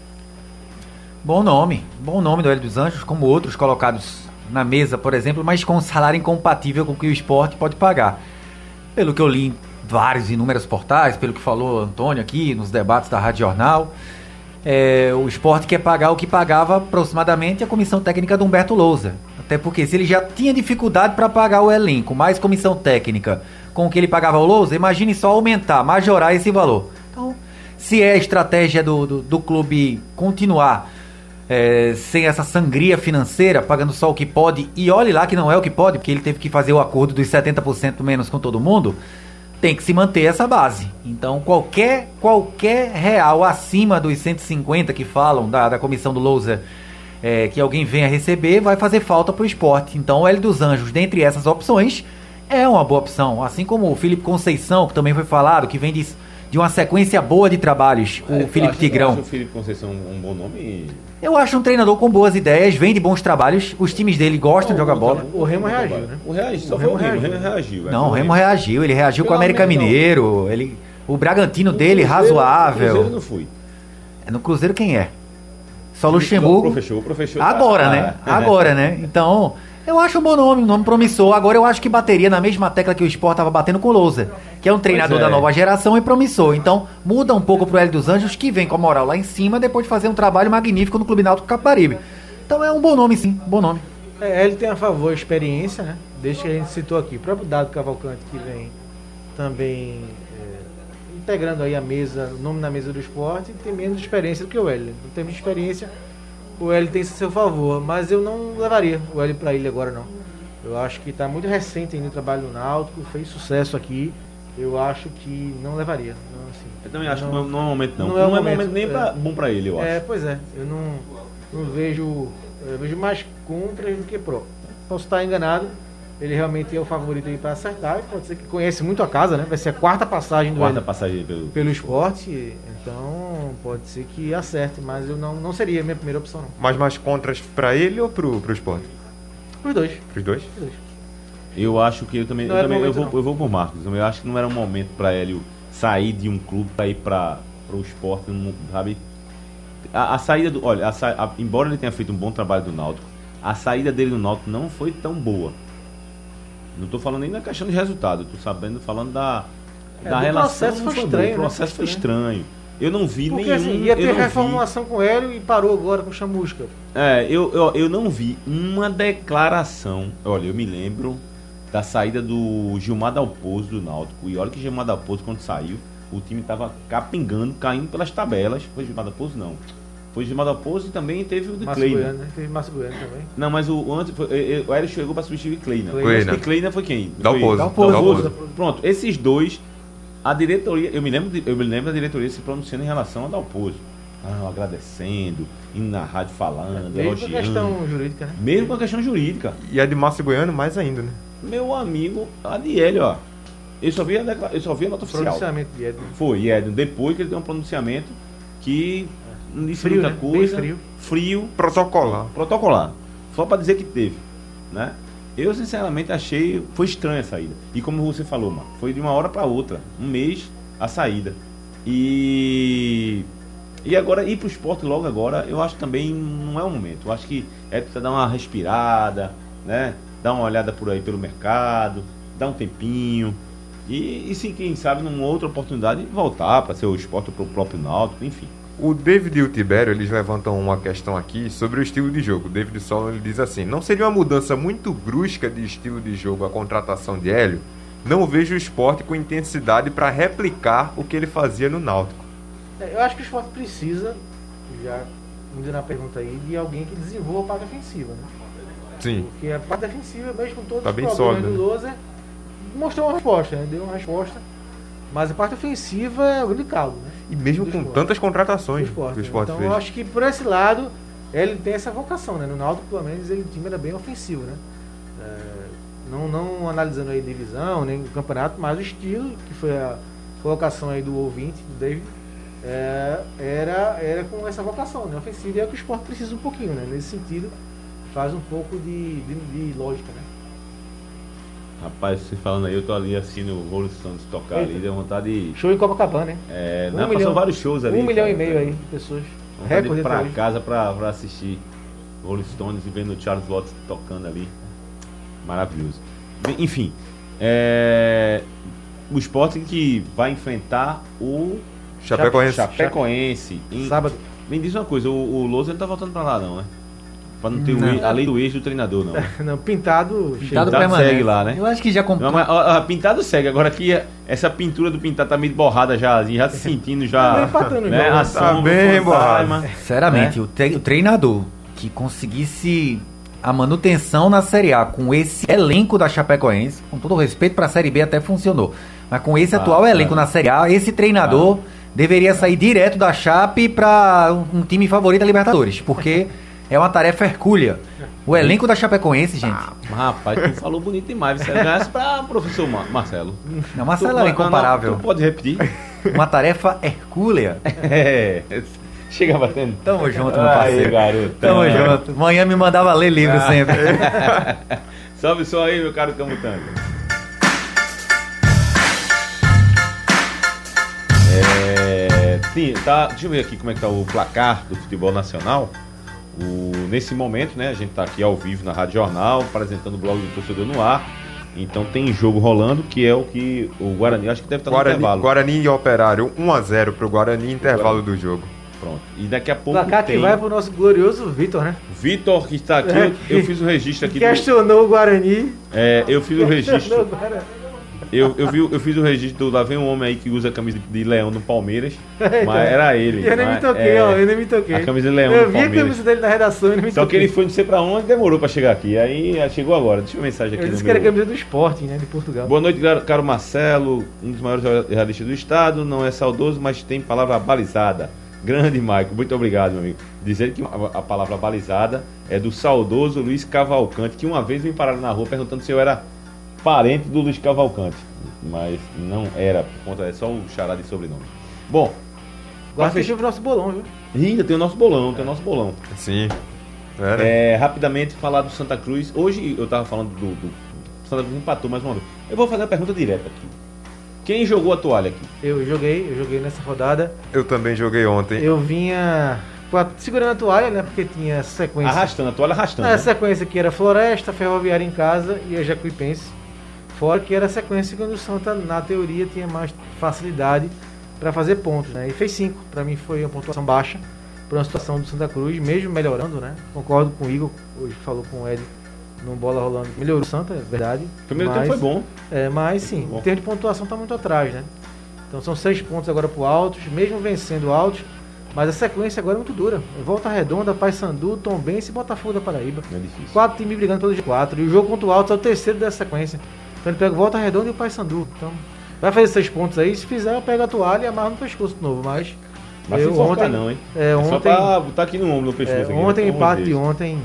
Speaker 5: Bom nome do Hélio dos Anjos, como outros colocados na mesa, por exemplo, mas com um salário incompatível com o que o Sport pode pagar. Pelo que eu li em vários inúmeros portais, pelo que falou Antônio aqui nos debates da Rádio Jornal, o Sport quer pagar o que pagava aproximadamente a comissão técnica do Humberto Lousa. Até porque se ele já tinha dificuldade para pagar o elenco, mais comissão técnica com o que ele pagava ao Lousa, imagine só aumentar, majorar esse valor. Então, se é a estratégia do clube continuar sem essa sangria financeira, pagando só o que pode, e olhe lá que não é o que pode, porque ele teve que fazer o acordo dos 70% menos com todo mundo, tem que se manter essa base. Então qualquer real acima dos 150 que falam da comissão do Lousa, que alguém venha receber, vai fazer falta para o Sport. Então o Hélio dos Anjos, dentre essas opções, é uma boa opção. Assim como o Felipe Conceição, que também foi falado, que vem de uma sequência boa de trabalhos, o Felipe Tigrão.
Speaker 3: Eu acho o Felipe Conceição um bom nome.
Speaker 5: Eu acho um treinador com boas ideias, vem de bons trabalhos, os times dele gostam de jogar bola.
Speaker 4: O Remo reagiu, né?
Speaker 3: O Remo reagiu.
Speaker 5: Não, o Remo reagiu, ele reagiu com o América Mineiro, o Bragantino dele, razoável.
Speaker 3: No Cruzeiro não fui.
Speaker 5: No Cruzeiro quem é? Só Luxemburgo.
Speaker 3: O professor
Speaker 5: Agora, né? Agora, né? Então, eu acho um bom nome, um nome promissor. Agora eu acho que bateria na mesma tecla que o Sport estava batendo com o Lousa, que é um treinador da nova geração e promissor. Então, muda um pouco pro Hélio dos Anjos, que vem com a moral lá em cima, depois de fazer um trabalho magnífico no Clube Náutico Capibaribe. Então é um bom nome, sim, bom nome.
Speaker 4: Ele tem a favor a experiência, né? Desde que a gente citou aqui, o próprio Dado Cavalcante, que vem também integrando aí a mesa, o nome na mesa do Sport, tem menos experiência do que o Hélio. Em termos de experiência, o Hélio tem isso a seu favor, mas eu não levaria o Hélio para ele agora, não. Eu acho que está muito recente ainda o trabalho do Náutico, fez sucesso aqui. Eu acho que não levaria. Não, assim,
Speaker 3: eu também acho que não é um momento, não.
Speaker 4: Não é um
Speaker 3: momento nem bom para ele, eu acho.
Speaker 4: Pois é. Eu não vejo... Eu vejo mais contras do que pró. Posso estar enganado. Ele realmente é o favorito aí para acertar. Pode ser que conhece muito a casa, né? Vai ser a quarta passagem do Hélio pelo Sport. Então, pode ser que acerte. Mas eu não seria a minha primeira opção, não.
Speaker 6: Mas mais contras para ele ou pro Sport?
Speaker 4: Os dois.
Speaker 6: Os dois?
Speaker 4: Os dois.
Speaker 3: Eu acho que eu vou por Marcos. Eu acho que não era um momento para Hélio sair de um clube para ir para o Sport, sabe? A saída do... Olha, embora ele tenha feito um bom trabalho do Náutico, a saída dele no Náutico não foi tão boa. Não estou falando nem da questão de resultado, estou falando da relação.
Speaker 4: O processo foi estranho.
Speaker 3: O processo foi estranho. Eu não vi
Speaker 4: porque,
Speaker 3: nenhum...
Speaker 4: Assim, ia ter reformulação com o Hélio e parou agora com o Chamusca.
Speaker 3: Eu não vi uma declaração. Olha, eu me lembro da saída do Gilmar Dalpozo do Náutico. E olha que Gilmar Dalpozo, quando saiu, o time estava capengando, caindo pelas tabelas. Foi Gilmar Dalpozo? Não. Foi Gilmar Dalpozo e também teve o de Kleina.
Speaker 4: Né? Teve Márcio Goiano também.
Speaker 3: Não, mas o Hélio chegou para substituir Kleina.
Speaker 6: Kleina.
Speaker 3: E Kleina foi quem?
Speaker 6: Dalpozo.
Speaker 3: Pronto, esses dois, a diretoria, eu me lembro da diretoria se pronunciando em relação a Dalpozo. Agradecendo, indo na rádio falando,
Speaker 4: mesmo com a questão jurídica, né?
Speaker 3: Mesmo com a questão jurídica.
Speaker 6: E a de Márcio Goiano mais ainda, né?
Speaker 3: Meu amigo, a de Hélio, ó. Eu só vi a nota oficial.
Speaker 4: Pronunciamento de Edno.
Speaker 3: Foi, Edno. Depois que ele deu um pronunciamento que não disse
Speaker 4: frio,
Speaker 3: muita
Speaker 4: né?
Speaker 3: coisa. Frio. Protocolar. Só para dizer que teve, né? Eu, sinceramente, achei... Foi estranha a saída. E como você falou, mano, foi de uma hora para outra. Um mês, a saída. E agora, ir pro Sport logo agora, eu acho que também não é o momento. Eu acho que precisa dar uma respirada, né? Dar uma olhada por aí pelo mercado, dar um tempinho. E sim, quem sabe, numa outra oportunidade, voltar para ser o Sport pro próprio Náutico, enfim.
Speaker 6: O David e o Tibério, eles levantam uma questão aqui sobre o estilo de jogo. O David Solon, ele diz assim: não seria uma mudança muito brusca de estilo de jogo a contratação de Hélio? Não vejo o Sport com intensidade para replicar o que ele fazia no Náutico.
Speaker 4: Eu acho que o Sport precisa, já indo na pergunta aí, de alguém que desenvolva a parte defensiva, né?
Speaker 6: Sim.
Speaker 4: Porque a parte defensiva, mesmo com todos
Speaker 6: tá
Speaker 4: os
Speaker 6: bem
Speaker 4: problemas
Speaker 6: sólida,
Speaker 4: do Lousa, mostrou uma resposta, né? Deu uma resposta. Mas a parte ofensiva é o grande caldo, né?
Speaker 6: E mesmo com tantas contratações
Speaker 4: que o
Speaker 6: Sport
Speaker 4: então
Speaker 6: fez.
Speaker 4: eu acho que por esse lado ele tem essa vocação, né? No Náutico, pelo menos, o time era bem ofensivo, né? Não analisando aí divisão, nem o campeonato, mas o estilo, que foi a colocação aí do ouvinte, do David, era com essa vocação, né? Ofensiva, e é o que o Sport precisa um pouquinho, né? Nesse sentido, faz um pouco de lógica, né?
Speaker 3: Rapaz, você falando aí, eu tô ali assistindo o Rolling Stones tocar ali, deu vontade de...
Speaker 4: Show em Copacabana, né?
Speaker 3: Passou vários shows ali.
Speaker 4: 1,5 milhão aí de pessoas.
Speaker 3: Vontade de ir pra casa pra assistir Rolling Stones e vendo o Charles Watts tocando ali. Maravilhoso. Enfim, o Sport que vai enfrentar o Chapecoense.
Speaker 4: Sábado.
Speaker 3: Me diz uma coisa, o Lousa não tá voltando pra lá não, né? Pra não ter a lei do ex do treinador, não.
Speaker 4: Não, Pintado
Speaker 3: segue lá, né?
Speaker 5: Eu acho que já comprou.
Speaker 3: Pintado segue, agora aqui essa pintura do Pintado tá meio borrada já se sentindo já.
Speaker 4: Empatando,
Speaker 3: né?
Speaker 4: A
Speaker 6: tá bem borrada.
Speaker 5: Sinceramente, o treinador que conseguisse a manutenção na Série A com esse elenco da Chapecoense, com todo o respeito pra Série B até funcionou, mas com esse atual elenco na Série A, esse treinador deveria sair direto da Chape pra um time favorito da Libertadores, porque é uma tarefa hercúlea. O elenco da Chapecoense, gente.
Speaker 3: Rapaz, tu falou bonito demais. Você ganhasse pra professor Marcelo.
Speaker 5: Não, Marcelo é incomparável.
Speaker 3: Tu pode repetir?
Speaker 5: Uma tarefa hercúlea.
Speaker 3: Chega batendo.
Speaker 5: Tamo junto, meu parceiro.
Speaker 3: Aí, garoto.
Speaker 5: Tamo junto. Manhã me mandava ler livro sempre.
Speaker 3: Salve o som aí, meu caro Camutanga. Sim, deixa eu ver aqui como é que tá o placar do futebol nacional. Nesse momento, né, a gente tá aqui ao vivo na Rádio Jornal, apresentando o blog do Torcedor no Ar. Então tem jogo rolando, que é o que o Guarani, acho que deve estar no intervalo.
Speaker 6: Guarani e Operário, 1-0 pro Guarani, intervalo do jogo.
Speaker 3: Pronto. E daqui a pouco
Speaker 4: placar que vai pro nosso glorioso Vitor, né?
Speaker 3: Vitor, que está aqui, eu fiz o registro aqui.
Speaker 4: Questionou o Guarani.
Speaker 3: Eu fiz o registro. Eu fiz o registro lá vem um homem aí que usa a camisa de leão no Palmeiras, mas era ele.
Speaker 4: Eu nem me toquei, eu nem me toquei.
Speaker 3: A camisa de leão
Speaker 4: eu
Speaker 3: no Palmeiras.
Speaker 4: Eu vi a camisa dele na redação e não me toquei.
Speaker 3: Só que ele foi não sei pra onde, demorou pra chegar aqui. Aí chegou agora. Deixa eu ver a mensagem aqui.
Speaker 4: Ele disse que era a camisa do Sporting, né, de Portugal.
Speaker 3: Boa noite, caro Marcelo, um dos maiores jornalistas do estado. Não é saudoso, mas tem palavra balizada. Grande Maico, muito obrigado, meu amigo. Dizer que a palavra balizada é do saudoso Luiz Cavalcante, que uma vez me pararam na rua perguntando se eu era parente do Luiz Cavalcante. Mas não era, por conta, é só o xará de sobrenome. Bom,
Speaker 4: agora fechou o nosso bolão, viu?
Speaker 3: Ainda tem o nosso bolão,
Speaker 6: Sim.
Speaker 3: Rapidamente falar do Santa Cruz. Hoje eu tava falando do Santa Cruz empatou mais uma vez. Eu vou fazer uma pergunta direta aqui. Quem jogou a toalha aqui?
Speaker 4: Eu joguei nessa rodada.
Speaker 6: Eu também joguei ontem.
Speaker 4: Eu vinha segurando a toalha, né? Porque tinha sequência.
Speaker 3: Arrastando, a toalha arrastando.
Speaker 4: A sequência que era Floresta, Ferroviária em casa e a Jacuipense. Fora que era a sequência quando o Santa, na teoria, tinha mais facilidade para fazer pontos, né? E fez 5. Para mim foi uma pontuação baixa para uma situação do Santa Cruz, mesmo melhorando, né? Concordo com o Igor, hoje falou com o Ed. Num bola rolando, melhorou o Santa, é verdade.
Speaker 3: Primeiro tempo foi bom.
Speaker 4: Mas sim, em termos de pontuação tá muito atrás, né? Então são 6 pontos agora pro Altos, mesmo vencendo o Altos, mas a sequência agora é muito dura. Volta Redonda, Paysandu, Tombense e Botafogo da Paraíba.
Speaker 3: É difícil. 4
Speaker 4: times brigando pelo G4. E o jogo contra o Altos é o terceiro dessa sequência. Então ele pega o Volta Redonda e o Paysandu. Então vai fazer 6 pontos aí, se fizer eu pego a toalha e amarro no pescoço de novo, mas
Speaker 3: se enforcar não, hein?
Speaker 4: Ontem,
Speaker 3: só pra botar aqui no ombro no pescoço. Aqui,
Speaker 4: ontem, empate de ontem...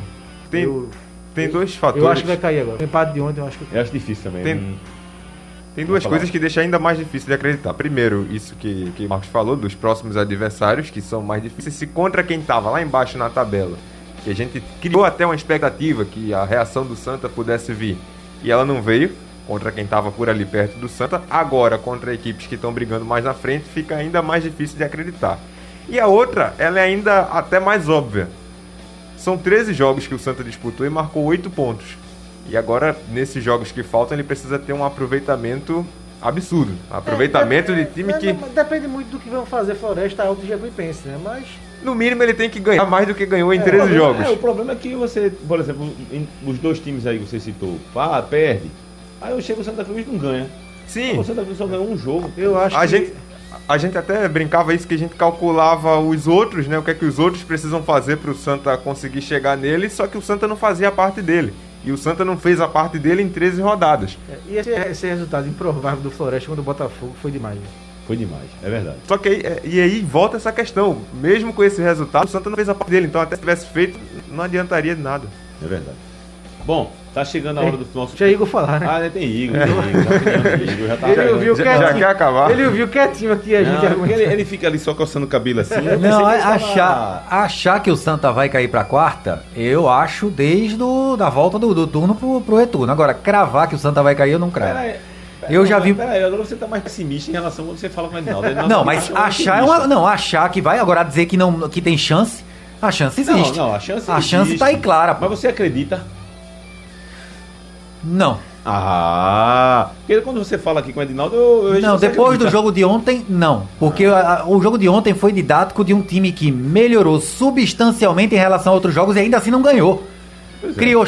Speaker 6: Tem dois fatores.
Speaker 4: Eu acho que vai cair agora. O empate de ontem eu acho que...
Speaker 3: Eu acho difícil também.
Speaker 6: Tem duas coisas que deixam ainda mais difícil de acreditar. Primeiro, isso que o Marcos falou, dos próximos adversários, que são mais difíceis. Se contra quem estava lá embaixo na tabela, que a gente criou até uma expectativa que a reação do Santa pudesse vir, e ela não veio, contra quem estava por ali perto do Santa, agora contra equipes que estão brigando mais na frente, fica ainda mais difícil de acreditar. E a outra, ela é ainda até mais óbvia. São 13 jogos que o Santa disputou e marcou 8 pontos. E agora, nesses jogos que faltam, ele precisa ter um aproveitamento absurdo. Aproveitamento de time que...
Speaker 4: Depende muito do que vão fazer Floresta, Alto e Jacuipense, né? Mas...
Speaker 6: No mínimo, ele tem que ganhar mais do que ganhou em 13 jogos.
Speaker 3: O problema é que você, por exemplo, os dois times aí que você citou, perde. Aí eu chego o Santa Cruz e não ganha.
Speaker 6: Sim.
Speaker 3: O Santa Cruz só ganhou um jogo.
Speaker 4: Eu acho
Speaker 6: A gente até brincava isso, que a gente calculava os outros, né? O que é que os outros precisam fazer para o Santa conseguir chegar nele, só que o Santa não fazia a parte dele. E o Santa não fez a parte dele em 13 rodadas.
Speaker 4: E esse resultado improvável do Floresta contra o Botafogo foi demais. Né?
Speaker 3: Foi demais, é verdade.
Speaker 6: Só que aí volta essa questão. Mesmo com esse resultado, o Santa não fez a parte dele. Então até se tivesse feito, não adiantaria de nada.
Speaker 3: É verdade. Bom, Tá chegando a hora do nosso...
Speaker 4: Deixa Igor falar, né?
Speaker 3: Ah, tem Igor.
Speaker 6: Já quer acabar?
Speaker 4: Ele ouviu quietinho aqui a gente argumentando.
Speaker 3: Ele fica ali só coçando o cabelo assim.
Speaker 5: Não, achar que o Santa vai cair pra quarta, eu acho desde da volta do turno pro retorno. Agora, cravar que o Santa vai cair, eu não cravo. Eu já vi.
Speaker 3: Peraí, agora você tá mais pessimista em relação quando você fala com o Edinaldo.
Speaker 5: Não, mas achar achar que vai, agora dizer que tem chance, a chance existe.
Speaker 3: Não, a chance existe.
Speaker 5: Tá aí clara.
Speaker 3: Mas você acredita?
Speaker 5: Não.
Speaker 3: Porque quando você fala aqui com o Edinaldo, eu
Speaker 5: não, depois do jogo de ontem, não. Porque o jogo de ontem foi didático de um time que melhorou substancialmente em relação a outros jogos e ainda assim não ganhou. Criou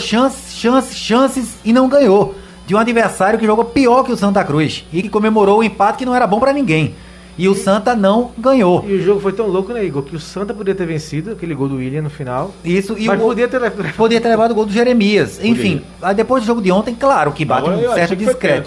Speaker 5: chances e não ganhou. De um adversário que jogou pior que o Santa Cruz e que comemorou o empate que não era bom pra ninguém. E o Santa não ganhou.
Speaker 4: E o jogo foi tão louco, né, Igor? Que o Santa poderia ter vencido aquele gol do William no final.
Speaker 5: Isso, e
Speaker 4: mas podia ter
Speaker 5: levado o gol do Jeremias. Enfim, aí depois do jogo de ontem, claro que bate um certo discreto.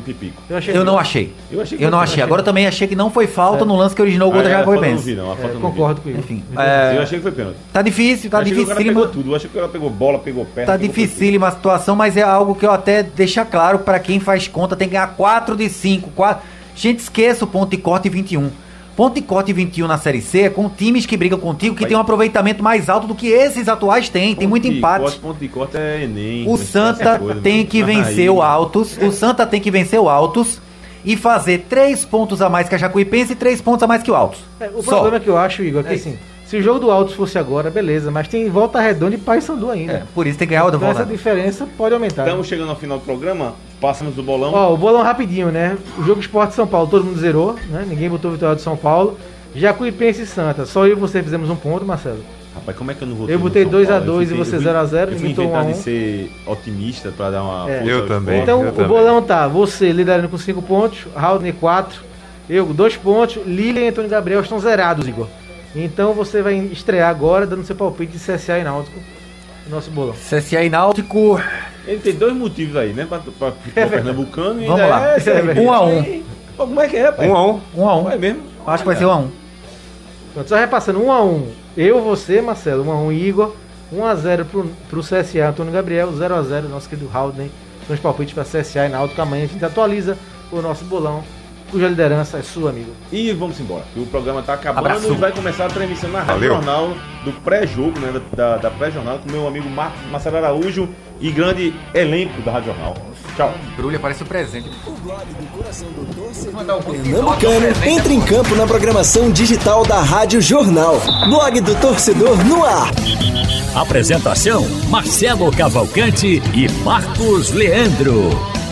Speaker 5: Eu não achei. Eu não achei. Agora eu também achei que não foi falta no lance que originou o gol da Jacuipense.
Speaker 4: Concordo com isso.
Speaker 5: Enfim.
Speaker 3: Eu achei que foi pênalti.
Speaker 5: Tá difícil, tá dificílimo.
Speaker 3: Eu achei que ela pegou bola, pegou perna.
Speaker 5: Tá dificílima a situação, mas é algo que eu até deixar claro pra quem faz conta, tem que ganhar 4 de 5. Gente, esqueça o ponto e corte 21. Ponto e corte 21 na Série C é com times que brigam contigo, que tem um aproveitamento mais alto do que esses atuais têm. Tem muito empate.
Speaker 3: Ponto e corte é Enem.
Speaker 5: O Santa tem que vencer o Altos. O Santa tem que vencer o Altos e fazer 3 pontos a mais que a Jacuipense e 3 pontos a mais que o Altos.
Speaker 4: O problema que eu acho, Igor, é que assim, se o jogo do Altos fosse agora, beleza, mas tem Volta Redonda e Paysandu ainda.
Speaker 5: Por isso tem que ganhar o da volta.
Speaker 4: Essa diferença pode aumentar.
Speaker 3: Estamos chegando ao final do programa, passamos do bolão.
Speaker 4: O bolão rapidinho, né? O jogo Sport São Paulo, todo mundo zerou, né? Ninguém botou vitória do São Paulo. Jacuipense e Santa, só eu e você fizemos um ponto, Marcelo.
Speaker 3: Rapaz, como é que eu não votei?
Speaker 4: Eu botei 2x2 e você 0x0,
Speaker 3: ninguém botou 1x1. De ser otimista pra dar uma força.
Speaker 6: Eu também.
Speaker 4: Então o bolão tá, você liderando com 5 pontos, Raul 4, eu 2 pontos, Lilian e Antônio Gabriel estão zerados, Igor. Então você vai estrear agora dando seu palpite de CSA e Náutico no nosso bolão.
Speaker 5: CSA e Náutico.
Speaker 3: Ele tem 2 motivos aí, né? Pra Pernambucano e
Speaker 5: vamos lá. 1x1.
Speaker 3: Como é que é, pai?
Speaker 5: 1x1.
Speaker 3: É mesmo?
Speaker 5: Acho que vai ser 1x1.
Speaker 4: Pronto, só repassando, 1x1. Eu, você, Marcelo, 1x1 Igor. 1x0 pro CSA, Antônio Gabriel. 0x0, nosso querido Haldner. São os palpites para CSA e Náutico. Amanhã a gente atualiza o nosso bolão, cuja liderança é sua, amigo.
Speaker 3: E vamos embora, que o programa tá acabando e vai começar a transmissão na Rádio Jornal do pré-jogo, né, da pré-jornada com meu amigo Marcelo Araújo e grande elenco da Rádio Jornal. Tchau.
Speaker 5: Brulha, parece um presente.
Speaker 1: O blog do coração do torcedor pernambucano entra em campo na programação digital da Rádio Jornal. Blog do torcedor no ar.
Speaker 2: Apresentação: Marcelo Cavalcante e Marcos Leandro.